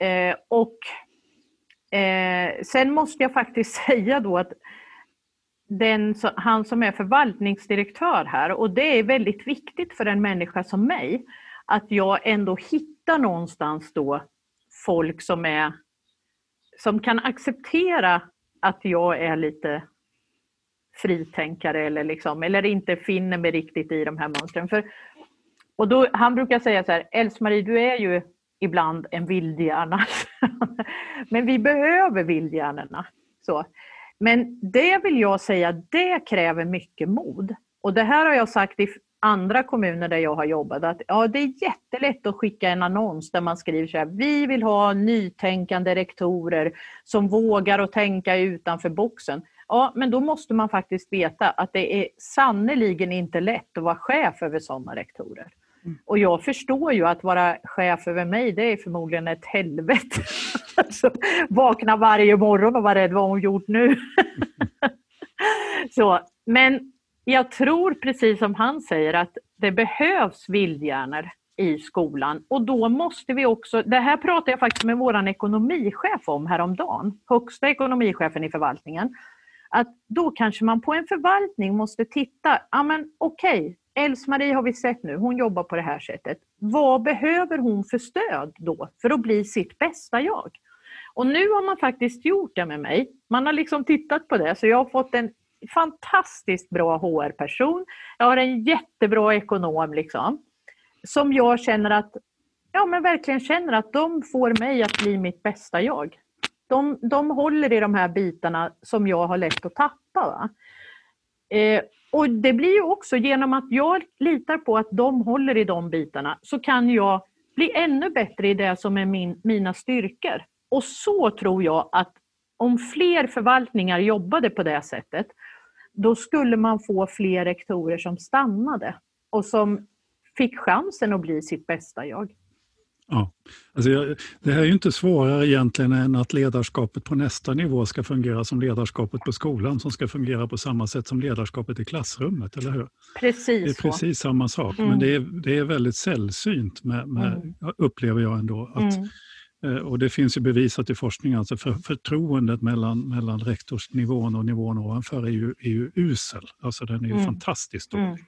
Sen måste jag faktiskt säga då att han som är förvaltningsdirektör här, och det är väldigt viktigt för en människa som mig att jag ändå hittar någonstans då folk som kan acceptera att jag är lite fritänkare eller inte finner mig riktigt i de här mönstren. Och då, han brukar säga så här: Else-Marie, du är ju ibland en vildhjärna. Men vi behöver vildhjärnorna. Så. Men det vill jag säga, det kräver mycket mod. Och det här har jag sagt i andra kommuner där jag har jobbat. Att det är jättelätt att skicka en annons där man skriver så här: vi vill ha nytänkande rektorer som vågar att tänka utanför boxen. Ja, men då måste man faktiskt veta att det är sannoliken inte lätt att vara chef över sådana rektorer. Och jag förstår ju att vara chef över mig, det är förmodligen ett helvete. Alltså, vakna varje morgon och vara rädd vad hon gjort nu. Så, men jag tror precis som han säger att det behövs vildhjärnor i skolan. Och då måste vi också, det här pratade jag faktiskt med våran ekonomichef om häromdagen, högsta ekonomichefen i förvaltningen. Att då kanske man på en förvaltning måste titta, okej, Else-Marie har vi sett nu, hon jobbar på det här sättet. Vad behöver hon för stöd då för att bli sitt bästa jag? Och nu har man faktiskt gjort det med mig. Man har liksom tittat på det, så jag har fått en fantastiskt bra HR-person. Jag har en jättebra ekonom som jag känner att, verkligen känner att de får mig att bli mitt bästa jag. De håller i de här bitarna som jag har lätt att tappa. Va? Och det blir ju också genom att jag litar på att de håller i de bitarna, så kan jag bli ännu bättre i det som är mina styrkor. Och så tror jag att om fler förvaltningar jobbade på det sättet, då skulle man få fler rektorer som stannade och som fick chansen att bli sitt bästa jag. Ja, alltså det här är ju inte svårare egentligen än att ledarskapet på nästa nivå ska fungera som ledarskapet på skolan, som ska fungera på samma sätt som ledarskapet i klassrummet, eller hur? Precis. Det är precis samma sak, men det är väldigt sällsynt upplever jag ändå. Och det finns ju bevisat i forskning, alltså förtroendet mellan rektorsnivån och nivån ovanför är ju usel. Alltså den är ju fantastiskt dålig.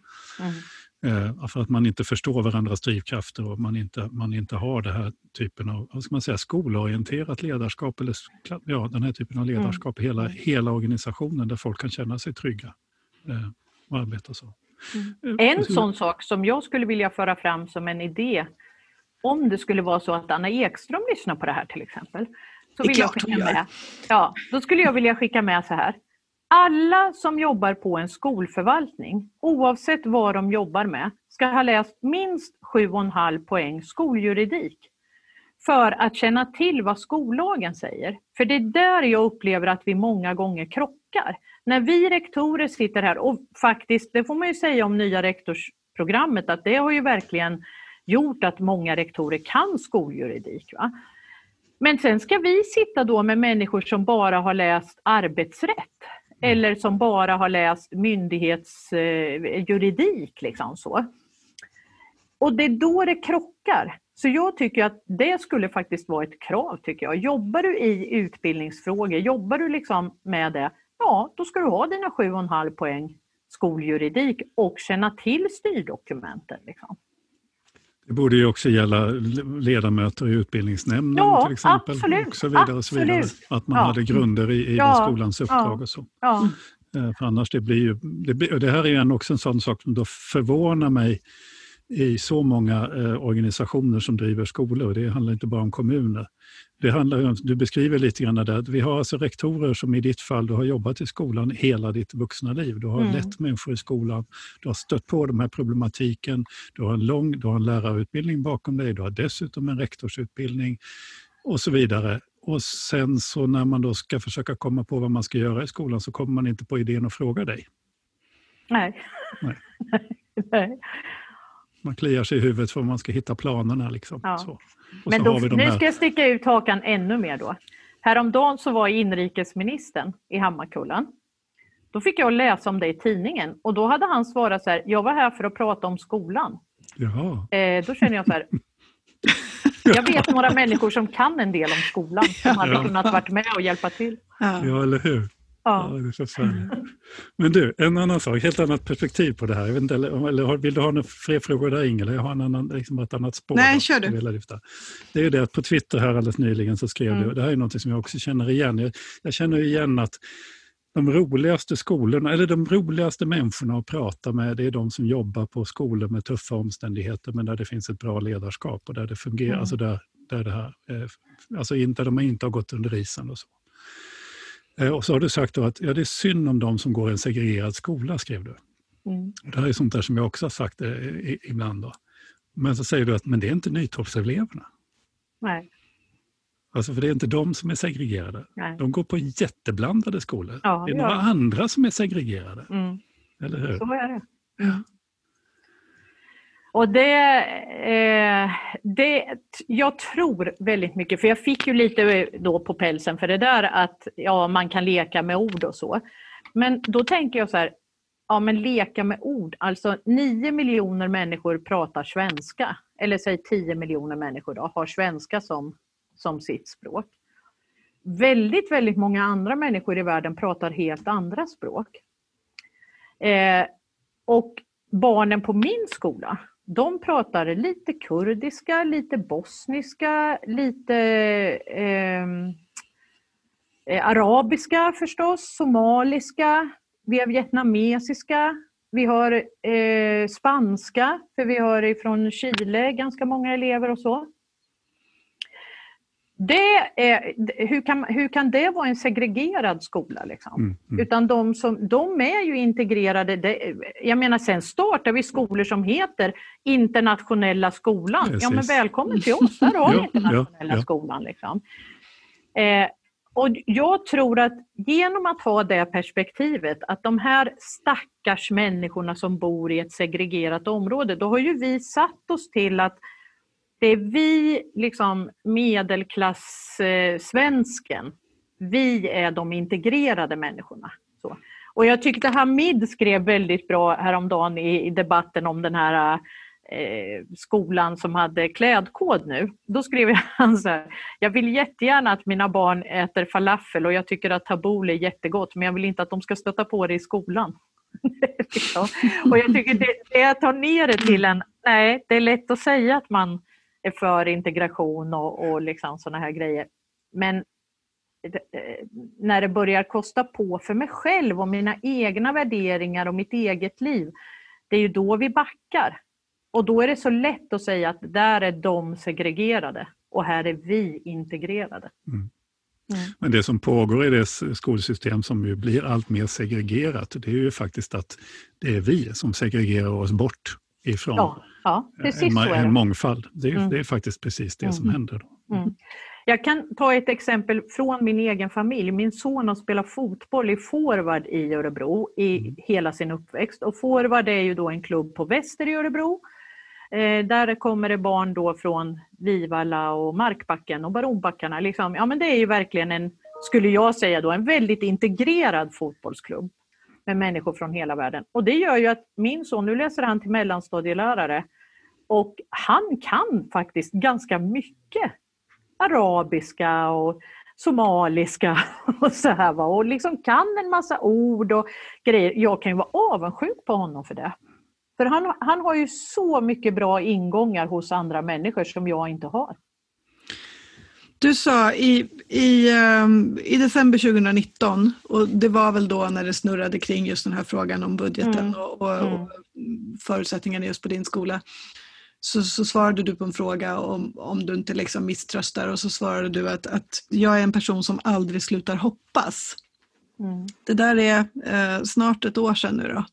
För att man inte förstår varandras drivkrafter och man inte har det här typen av, vad ska man säga, skolorienterat ledarskap eller den här typen av ledarskap i hela organisationen där folk kan känna sig trygga och arbeta så. En sån sak som jag skulle vilja föra fram som en idé, om det skulle vara så att Anna Ekström lyssnar på det här till exempel, så vill jag skicka med. Ja, då skulle jag vilja skicka med så här: alla som jobbar på en skolförvaltning, oavsett vad de jobbar med, ska ha läst minst 7,5 poäng skoljuridik för att känna till vad skollagen säger. För det är där jag upplever att vi många gånger krockar. När vi rektorer sitter här, och faktiskt, det får man ju säga om nya rektorsprogrammet, att det har ju verkligen gjort att många rektorer kan skoljuridik. Va? Men sen ska vi sitta då med människor som bara har läst arbetsrätt. Eller som bara har läst myndighetsjuridik. Så. Och det är då det krockar. Så jag tycker att det skulle faktiskt vara ett krav, tycker jag. Jobbar du i utbildningsfrågor, jobbar du med det, då ska du ha dina 7,5 poäng skoljuridik och känna till styrdokumenten. Det borde ju också gälla ledamöter i utbildningsnämnden till exempel. Absolut, och så vidare, och så vidare. Att man hade grunder i skolans uppdrag och så. Ja. För annars det här är också en sån sak som då förvånar mig i så många organisationer som driver skolor. Och det handlar inte bara om kommuner. Det handlar om, du beskriver lite grann där, att vi har alltså rektorer som i ditt fall, du har jobbat i skolan hela ditt vuxna liv. Du har lett människor i skolan, du har stött på de här problematiken, du har en lärarutbildning bakom dig, du har dessutom en rektorsutbildning och så vidare. Och sen så när man då ska försöka komma på vad man ska göra i skolan, så kommer man inte på idén att fråga dig. Nej. Man kliar sig i huvudet för att man ska hitta planerna. Så. Men då, nu ska jag sticka ut hakan ännu mer då. Häromdagen så var inrikesministern i Hammarkullen. Då fick jag läsa om det i tidningen. Och då hade han svarat så här: jag var här för att prata om skolan. Jaha. Då känner jag så här: jag vet några människor som kan en del om skolan. Som hade kunnat varit med och hjälpa till. Ja, eller hur? Ja. Ja, det är förfärligt. Men du, en annan sak, helt annat perspektiv på det här. Jag vet inte, eller vill du ha några fler frågor där, Ingela? Jag har en annan, liksom ett annat spår. Nej, kör du. Det är ju det att på Twitter här alldeles nyligen så skrev du, det här är något som jag också känner igen. Jag känner igen att de roligaste skolorna, eller de roligaste människorna att prata med, det är de som jobbar på skolor med tuffa omständigheter, men där det finns ett bra ledarskap och där det fungerar, alltså där det här, alltså inte, de inte har gått under isen och så. Och så har du sagt då att det är synd om de som går i en segregerad skola, skrev du. Det här är sånt där som jag också har sagt ibland då. Men så säger du att men det är inte Nytorpseleverna. Nej. Alltså för det är inte de som är segregerade. Nej. De går på jätteblandade skolor. Ja, det är några andra som är segregerade. Eller hur? Så är det. Ja. Och jag tror väldigt mycket, för jag fick ju lite då på pälsen för det där att man kan leka med ord och så. Men då tänker jag så här, men leka med ord, alltså 9 miljoner människor pratar svenska, eller säg 10 miljoner människor då, har svenska som sitt språk. Väldigt, väldigt många andra människor i världen pratar helt andra språk. Och barnen på min skola, de pratar lite kurdiska, lite bosniska, lite arabiska förstås, somaliska, vi har vietnamesiska, vi har spanska, för vi har ifrån Chile ganska många elever och så. Hur kan det vara en segregerad skola liksom? Utan de är ju integrerade. Jag menar, sen startar vi skolor som heter Internationella skolan. Precis. Ja, men välkommen till oss, där har vi Internationella skolan liksom. Och jag tror att genom att ha det perspektivet, att de här stackars människorna som bor i ett segregerat område, då har ju vi satt oss till att det är vi, liksom medelklass-svensken, vi är de integrerade människorna. Så. Och jag tyckte Hamid skrev väldigt bra häromdagen i debatten om den här skolan som hade klädkod nu. Då skrev han så här: jag vill jättegärna att mina barn äter falafel och jag tycker att tabbouleh är jättegott, men jag vill inte att de ska stöta på det i skolan. Och jag tycker det tar ner det till nej, det är lätt att säga att man är för integration och liksom såna här grejer. Men när det börjar kosta på för mig själv och mina egna värderingar och mitt eget liv, det är ju då vi backar. Och då är det så lätt att säga att där är de segregerade och här är vi integrerade. Men det som pågår i det skolsystem som ju blir allt mer segregerat, det är ju faktiskt att det är vi som segregerar oss bort ifrån en mångfald. Det är faktiskt precis det som händer då. Jag kan ta ett exempel från min egen familj. Min son har spelat fotboll i Forward i Örebro i hela sin uppväxt. Och Forward är ju då en klubb på Väster i Örebro. Där kommer det barn då från Vivalla och Markbacken och Baronbackarna. Liksom. Ja, men det är ju verkligen skulle jag säga då, en väldigt integrerad fotbollsklubb med människor från hela världen. Och det gör ju att min son, nu läser han till mellanstadielärare, och han kan faktiskt ganska mycket arabiska och somaliska och så här, va, och liksom kan en massa ord och grejer. Jag kan ju vara avundsjuk på honom för det. För han har ju så mycket bra ingångar hos andra människor som jag inte har. Du sa i december 2019, och det var väl då när det snurrade kring just den här frågan om budgeten och förutsättningarna just på din skola, så svarade du på en fråga om du inte liksom misströstar, och så svarade du att jag är en person som aldrig slutar hoppas. Det där är snart ett år sedan nu då.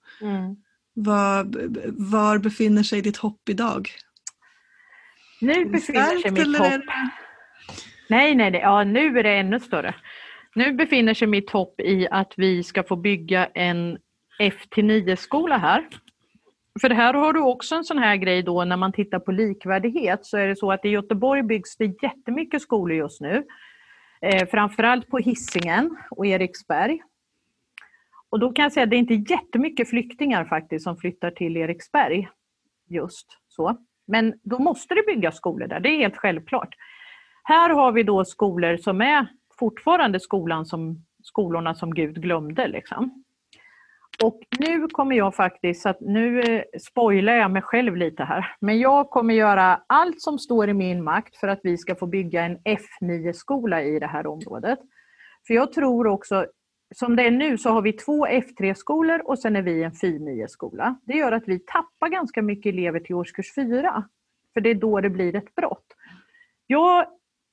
Var befinner sig ditt hopp idag? Nu befinner sig mitt hopp... Nej. Ja, nu är det ännu större. Nu befinner sig mitt hopp i att vi ska få bygga en F-9-skola här. För det här har du också en sån här grej då, när man tittar på likvärdighet, så är det så att i Göteborg byggs det jättemycket skolor just nu. Framförallt på Hisingen och Eriksberg. Och då kan jag säga att det är inte jättemycket flyktingar faktiskt som flyttar till Eriksberg just så. Men då måste det byggas skolor där, det är helt självklart. Här har vi då skolor som är fortfarande skolan som skolorna som Gud glömde liksom. Och nu kommer jag faktiskt, att nu spoilar jag mig själv lite här, men jag kommer göra allt som står i min makt för att vi ska få bygga en F9-skola i det här området. För jag tror också, som det är nu så har vi 2 F3-skolor och sen är vi en F9-skola. Det gör att vi tappar ganska mycket elever till årskurs 4, för det är då det blir ett brott. Jag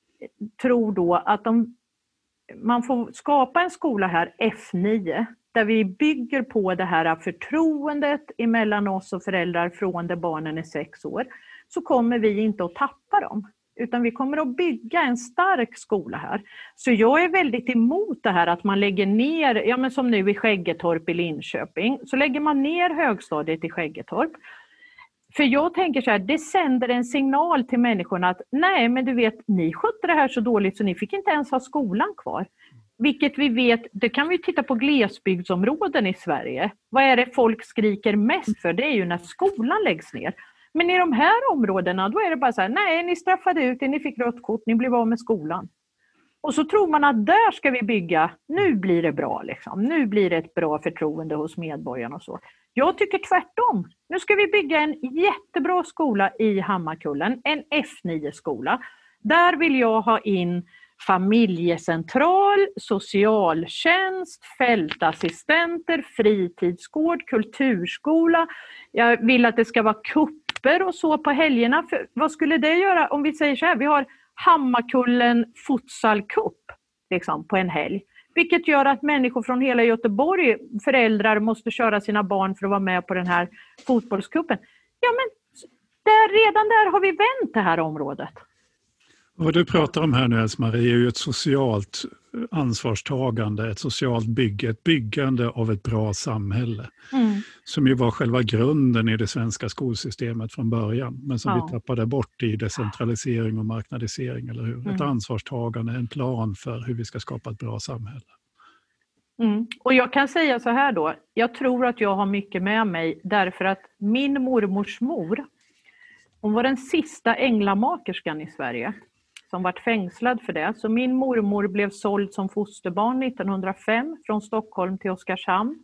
tror då att man får skapa en skola här, F9, där vi bygger på det här förtroendet emellan oss och föräldrar från där barnen är 6 år, så kommer vi inte att tappa dem. Utan vi kommer att bygga en stark skola här. Så jag är väldigt emot det här att man lägger ner, ja men som nu i Skäggetorp i Linköping, så lägger man ner högstadiet i Skäggetorp. För jag tänker så här, det sänder en signal till människorna att nej men du vet, ni skötte det här så dåligt så ni fick inte ens ha skolan kvar. Vilket vi vet, det kan vi titta på glesbygdsområden i Sverige. Vad är det folk skriker mest för? Det är ju när skolan läggs ner. Men i de här områdena då är det bara så här, nej ni straffade ut er, ni fick rött kort, ni blev av med skolan. Och så tror man att där ska vi bygga, nu blir det bra liksom. Nu blir det ett bra förtroende hos medborgarna och så. Jag tycker tvärtom. Nu ska vi bygga en jättebra skola i Hammarkullen, en F9-skola. Där vill jag ha in familjecentral, socialtjänst, fältassistenter, fritidsgård, kulturskola. Jag vill att det ska vara kupper och så på helgerna. För vad skulle det göra om vi säger så här, vi har Hammarkullen futsalcup liksom, på en helg. Vilket gör att människor från hela Göteborg, föräldrar måste köra sina barn för att vara med på den här fotbollscupen. Ja men redan där har vi vänt det här området. Vad du pratar om här nu, Else-Marie, är ju ett socialt ansvarstagande, ett socialt bygge, ett byggande av ett bra samhälle. Som ju var själva grunden i det svenska skolsystemet från början, men som vi tappade bort i decentralisering och marknadisering, eller hur? Ett ansvarstagande, en plan för hur vi ska skapa ett bra samhälle. Och jag kan säga så här då, jag tror att jag har mycket med mig därför att min mormors mor, hon var den sista änglamakerskan i Sverige som varit fängslad för det. Så min mormor blev såld som fosterbarn 1905 från Stockholm till Oskarshamn.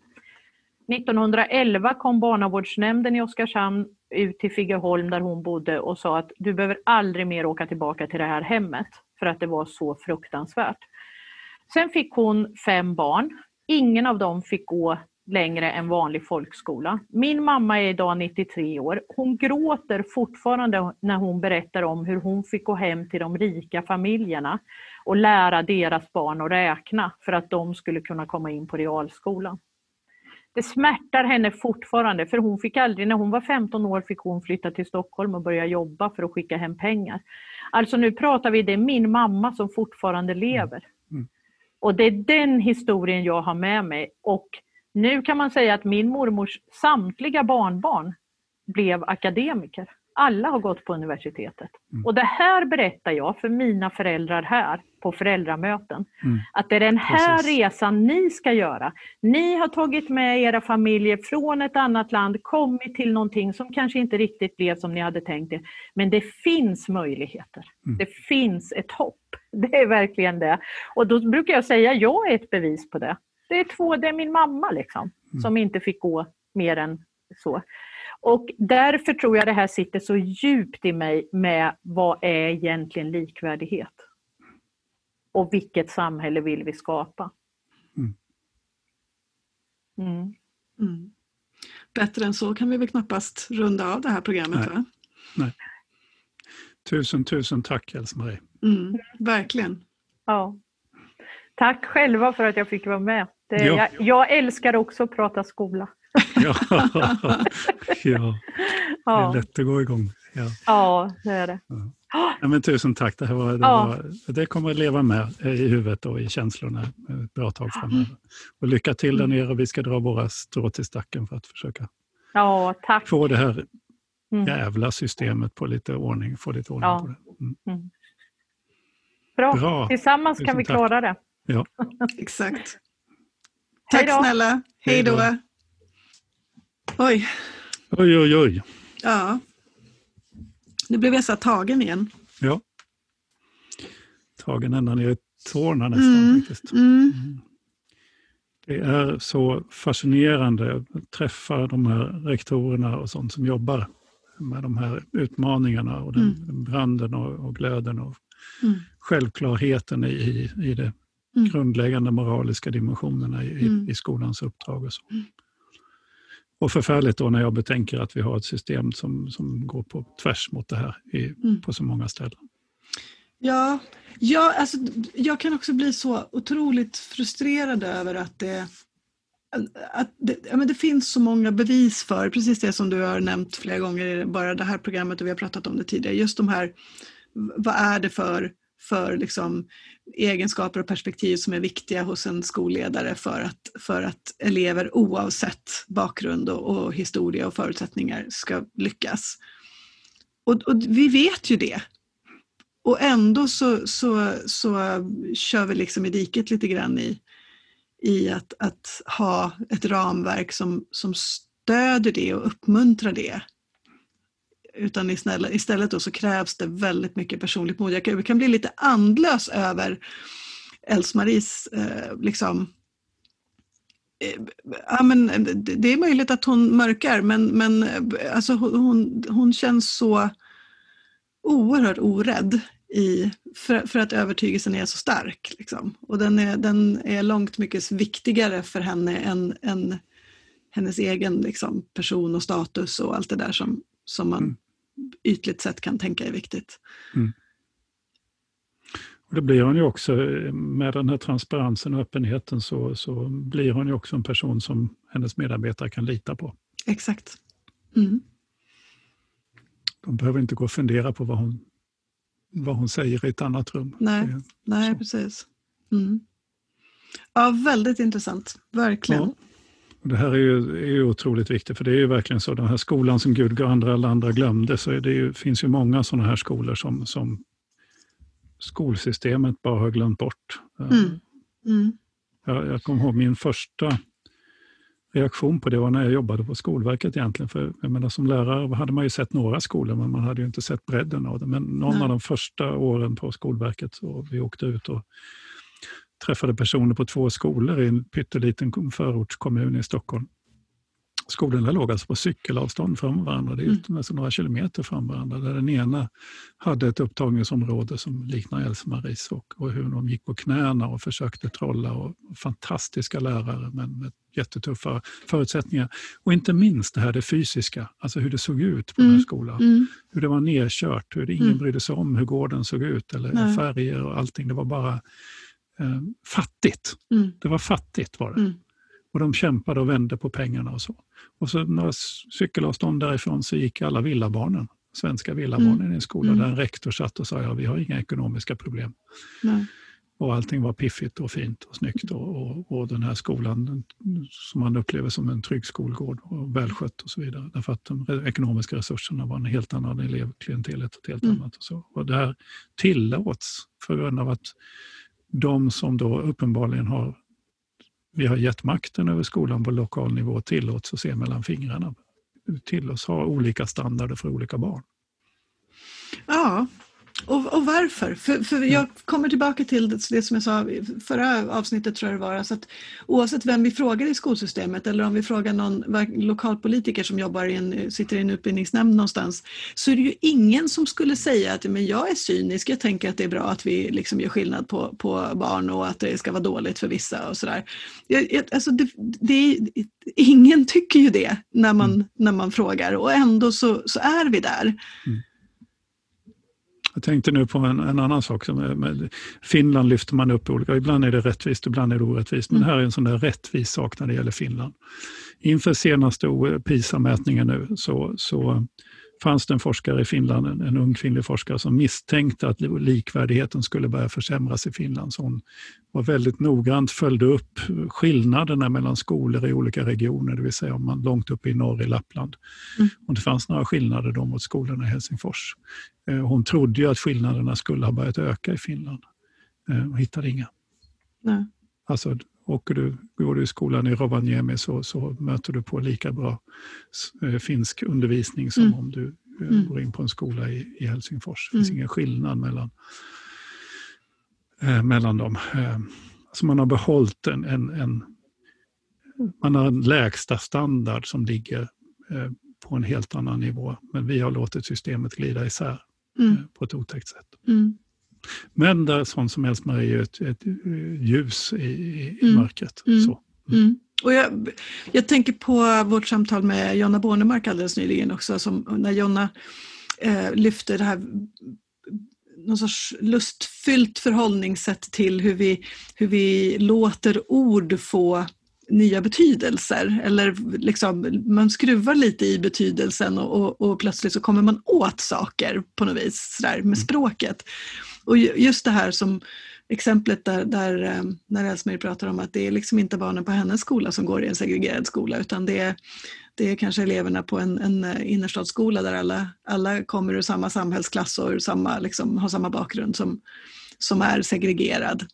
1911 kom barnavårdsnämnden i Oskarshamn ut till Figeholm där hon bodde och sa att du behöver aldrig mer åka tillbaka till det här hemmet för att det var så fruktansvärt. Sen fick hon 5 barn. Ingen av dem fick gå längre än vanlig folkskola. Min mamma är idag 93 år. Hon gråter fortfarande när hon berättar om hur hon fick gå hem till de rika familjerna och lära deras barn att räkna för att de skulle kunna komma in på realskolan. Det smärtar henne fortfarande för hon fick aldrig, när hon var 15 år fick hon flytta till Stockholm och börja jobba för att skicka hem pengar. Alltså nu pratar vi, det är min mamma som fortfarande lever. Och det är den historien jag har med mig. Och nu kan man säga att min mormors samtliga barnbarn blev akademiker. Alla har gått på universitetet. Och det här berättar jag för mina föräldrar här på föräldramöten. Att det är den här resan ni ska göra. Ni har tagit med era familjer från ett annat land, kommit till någonting som kanske inte riktigt blev som ni hade tänkt er. Men det finns möjligheter. Det finns ett hopp. Det är verkligen det. Och då brukar jag säga, jag är ett bevis på det. Det är min mamma liksom, som inte fick gå mer än så. Och därför tror jag det här sitter så djupt i mig med vad är egentligen likvärdighet? Och vilket samhälle vill vi skapa? Bättre än så kan vi väl knappast runda av det här programmet. Nej. Va? Nej. Tusen tack, Else-Marie. Verkligen. Ja. Tack själva för att jag fick vara med. Jag älskar också att prata skola. Ja, det är lätt att gå igång. Ja, det är det. Ja, men tusen tack, det kommer att leva med i huvudet och i känslorna ett bra tag framöver. Och lycka till där nere, vi ska dra våra strå till stacken för att försöka få det här jävla systemet på lite ordning, få lite ordning på det. Bra, tillsammans kan vi klara det. Ja. Exakt. Tack snälla, hej då. Oj. Ja. Nu blev jag så tagen igen. Ja. Tagen ända ner i tårna nästan faktiskt. Det är så fascinerande att träffa de här rektorerna och sånt som jobbar med de här utmaningarna och den branden och glöden och självklarheten i det grundläggande moraliska dimensionerna i skolans uppdrag. Och så. Och förfärligt då när jag betänker att vi har ett system som går på tvärs mot det här på så många ställen. Ja, alltså, jag kan också bli så otroligt frustrerad över att det finns så många bevis för, precis det som du har nämnt flera gånger i bara det här programmet och vi har pratat om det tidigare, just de här, vad är det för liksom egenskaper och perspektiv som är viktiga hos en skolledare för att elever oavsett bakgrund och historia och förutsättningar ska lyckas. Och vi vet ju det. Och ändå så kör vi liksom i diket lite grann i att ha ett ramverk som stöder det och uppmuntrar det. Utan istället då så krävs det väldigt mycket personligt mod. Jag kan bli lite andlös över Else-Maries liksom. Men det är möjligt att hon mörkar, men alltså hon känns så oerhört orädd för att övertygelsen är så stark. Liksom. Och den är långt mycket viktigare för henne än hennes egen liksom, person och status och allt det där som man ytligt sett kan tänka är viktigt. Och det blir hon ju också, med den här transparensen och öppenheten så blir hon ju också en person som hennes medarbetare kan lita på. Exakt. De behöver inte gå och fundera på vad hon säger i ett annat rum. Nej, precis. Ja, väldigt intressant. Verkligen. Ja. Och det här är ju otroligt viktigt, för det är ju verkligen så, den här skolan som Gud gav alla andra glömde, så finns ju många sådana här skolor som skolsystemet bara har glömt bort. Jag kommer ihåg min första reaktion på det var när jag jobbade på Skolverket egentligen. För jag menar, som lärare hade man ju sett några skolor, men man hade ju inte sett bredden av det. Men någon av de första åren på Skolverket så vi åkte ut och träffade personer på 2 skolor i en pytteliten förortskommun i Stockholm. Skolorna låg alltså på cykelavstånd från varandra. Det är alltså några kilometer från varandra. Där den ena hade ett upptagningsområde som liknar Else-Maries och hur de gick på knäna och försökte trolla. Och fantastiska lärare med jättetuffa förutsättningar. Och inte minst det fysiska. Alltså hur det såg ut på den här skolan. Hur det var nedkört. Hur ingen brydde sig om hur gården såg ut. Eller färger och allting. Det var bara fattigt. Det var fattigt var det. Och de kämpade och vände på pengarna och så. Och så några cykelavstånd därifrån så gick alla villabarnen, svenska villabarnen i en skola där en rektor satt och sa vi har inga ekonomiska problem. Nej. Och allting var piffigt och fint och snyggt. Och den här skolan som man upplever som en trygg skolgård och välskött och så vidare. Därför att de ekonomiska resurserna var en helt annan, elevklientelet och helt annat. Och så. Och det här tillåts för grund av att de som då uppenbarligen vi har gett makten över skolan på lokal nivå tillåts att se mellan fingrarna. Tillåts ha olika standarder för olika barn. Ja, och varför? För jag kommer tillbaka till det som jag sa i förra avsnittet tror jag det var. Så att oavsett vem vi frågar i skolsystemet eller om vi frågar någon lokalpolitiker som sitter i en utbildningsnämnd någonstans, så är det ju ingen som skulle säga att men jag är cynisk, jag tänker att det är bra att vi liksom gör skillnad på barn och att det ska vara dåligt för vissa och sådär. Alltså ingen tycker ju det när man frågar och ändå så är vi där. Jag tänkte nu på en annan sak. Med Finland lyfter man upp olika. Ibland är det rättvist, ibland är det orättvist. Men här är en sån där rättvis sak när det gäller Finland. Inför senaste PISA-mätningen nu så fanns det en forskare i Finland, en ung kvinnlig forskare som misstänkte att likvärdigheten skulle börja försämras i Finland. Så hon var väldigt noggrant, följde upp skillnaderna mellan skolor i olika regioner, det vill säga om man långt upp i norr i Lappland. Och det fanns några skillnader då mot skolorna i Helsingfors. Hon trodde ju att skillnaderna skulle ha börjat öka i Finland. Hon hittade inga. Nej. Alltså går du i skolan i Rovaniemi så möter du på lika bra finsk undervisning som om du går in på en skola i Helsingfors. Det finns ingen skillnad mellan dem. Alltså man har behållit en man har en lägsta standard som ligger på en helt annan nivå. Men vi har låtit systemet glida isär på ett otäckt sätt. Men där sånt som Else-Marie är ett ljus i mörkret. Så. Och jag tänker på vårt samtal med Jonna Bornemark alldeles nyligen också, som när Jonna lyfter det här någon sorts lustfyllt förhållningssätt till hur vi låter ord få nya betydelser, eller liksom man skruvar lite i betydelsen och plötsligt så kommer man åt saker på något vis sådär, med språket. Och just det här som exemplet där när Else-Marie pratar om att det är liksom inte barnen på hennes skola som går i en segregerad skola, utan det är kanske eleverna på en innerstadsskola där alla kommer ur samma samhällsklass och har samma bakgrund som är segregerad.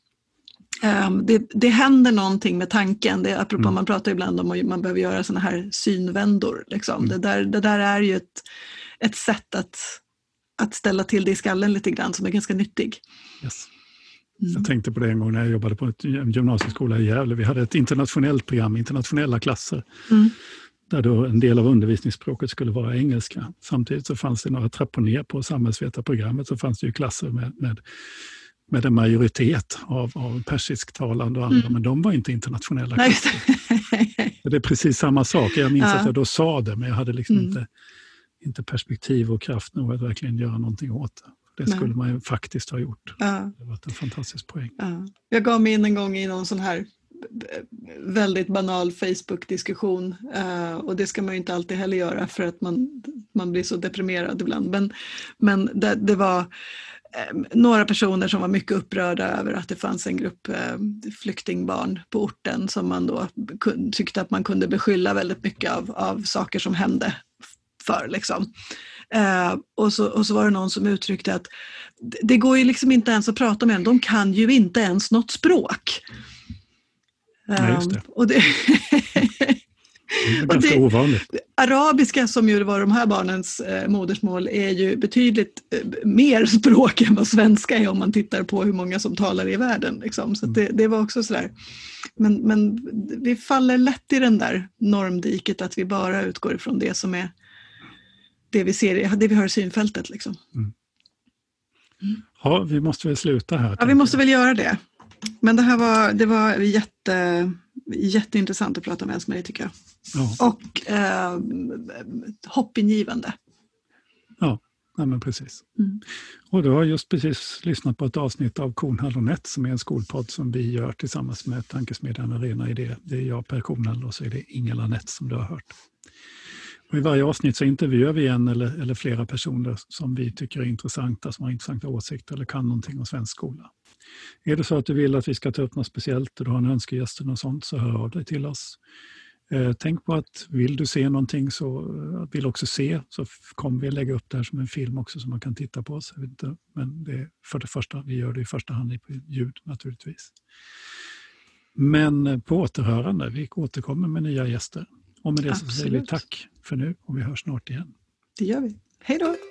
Det händer någonting med tanken. Apropå man pratar ibland om att man behöver göra såna här synvändor. Liksom. Det där är ju ett sätt att ställa till det i skallen lite grann som är ganska nyttig. Yes. Jag tänkte på det en gång när jag jobbade på en gymnasieskola i Gävle. Vi hade ett internationellt program, internationella klasser. Där då en del av undervisningsspråket skulle vara engelska. Samtidigt så fanns det några trappor ner på samhällsvetarprogrammet, så fanns det ju klasser med en majoritet av persisktalande och andra, men de var inte internationella klasser. Det är precis samma sak. Jag minns att jag då sa det, men jag hade liksom inte perspektiv och kraft nog att verkligen göra någonting åt det. Det skulle man ju faktiskt ha gjort. Det var en fantastisk poäng. Jag gav mig in en gång i någon sån här väldigt banal Facebook-diskussion, och det ska man ju inte alltid heller göra för att man blir så deprimerad ibland. Men det var några personer som var mycket upprörda över att det fanns en grupp flyktingbarn på orten som man då tyckte att man kunde beskylla väldigt mycket av saker som hände för. Liksom. Och så var det någon som uttryckte att det går ju liksom inte ens att prata med dem, de kan ju inte ens något språk. Ja, just det. Och det är ganska ovanligt. Arabiska, som ju var de här barnens modersmål, är ju betydligt mer språk än vad svenska är om man tittar på hur många som talar i världen. Liksom. Så det var också sådär. Men vi faller lätt i den där normdiket att vi bara utgår ifrån det som är det vi ser, det vi har i synfältet. Liksom. Ja, vi måste väl sluta här. Ja, vi måste väl göra det. Men det var jätteintressant att prata med Else-Marie, tycker jag. Ja. Och hoppingivande. Ja, men precis. Och du har just precis lyssnat på ett avsnitt av Kornhall och Nett, som är en skolpodd som vi gör tillsammans med Tankesmedjan Arena Idé. Det är jag, Per Kornhall, och så är det Ingela Nett som du har hört. Och i varje avsnitt så intervjuar vi en eller flera personer som vi tycker är intressanta, som har intressanta åsikter eller kan någonting om svensk skola. Är det så att du vill att vi ska ta upp något speciellt och du har en önskegäst och sånt, så hör av dig till oss. Tänk på att vill du se någonting så vill också se, så kommer vi lägga upp det här som en film också som man kan titta på oss. Men det är för det första, vi gör det i första hand på ljud naturligtvis. Men på återhörande, vi återkommer med nya gäster. Och med det så säger vi tack för nu och vi hörs snart igen. Det gör vi. Hej då!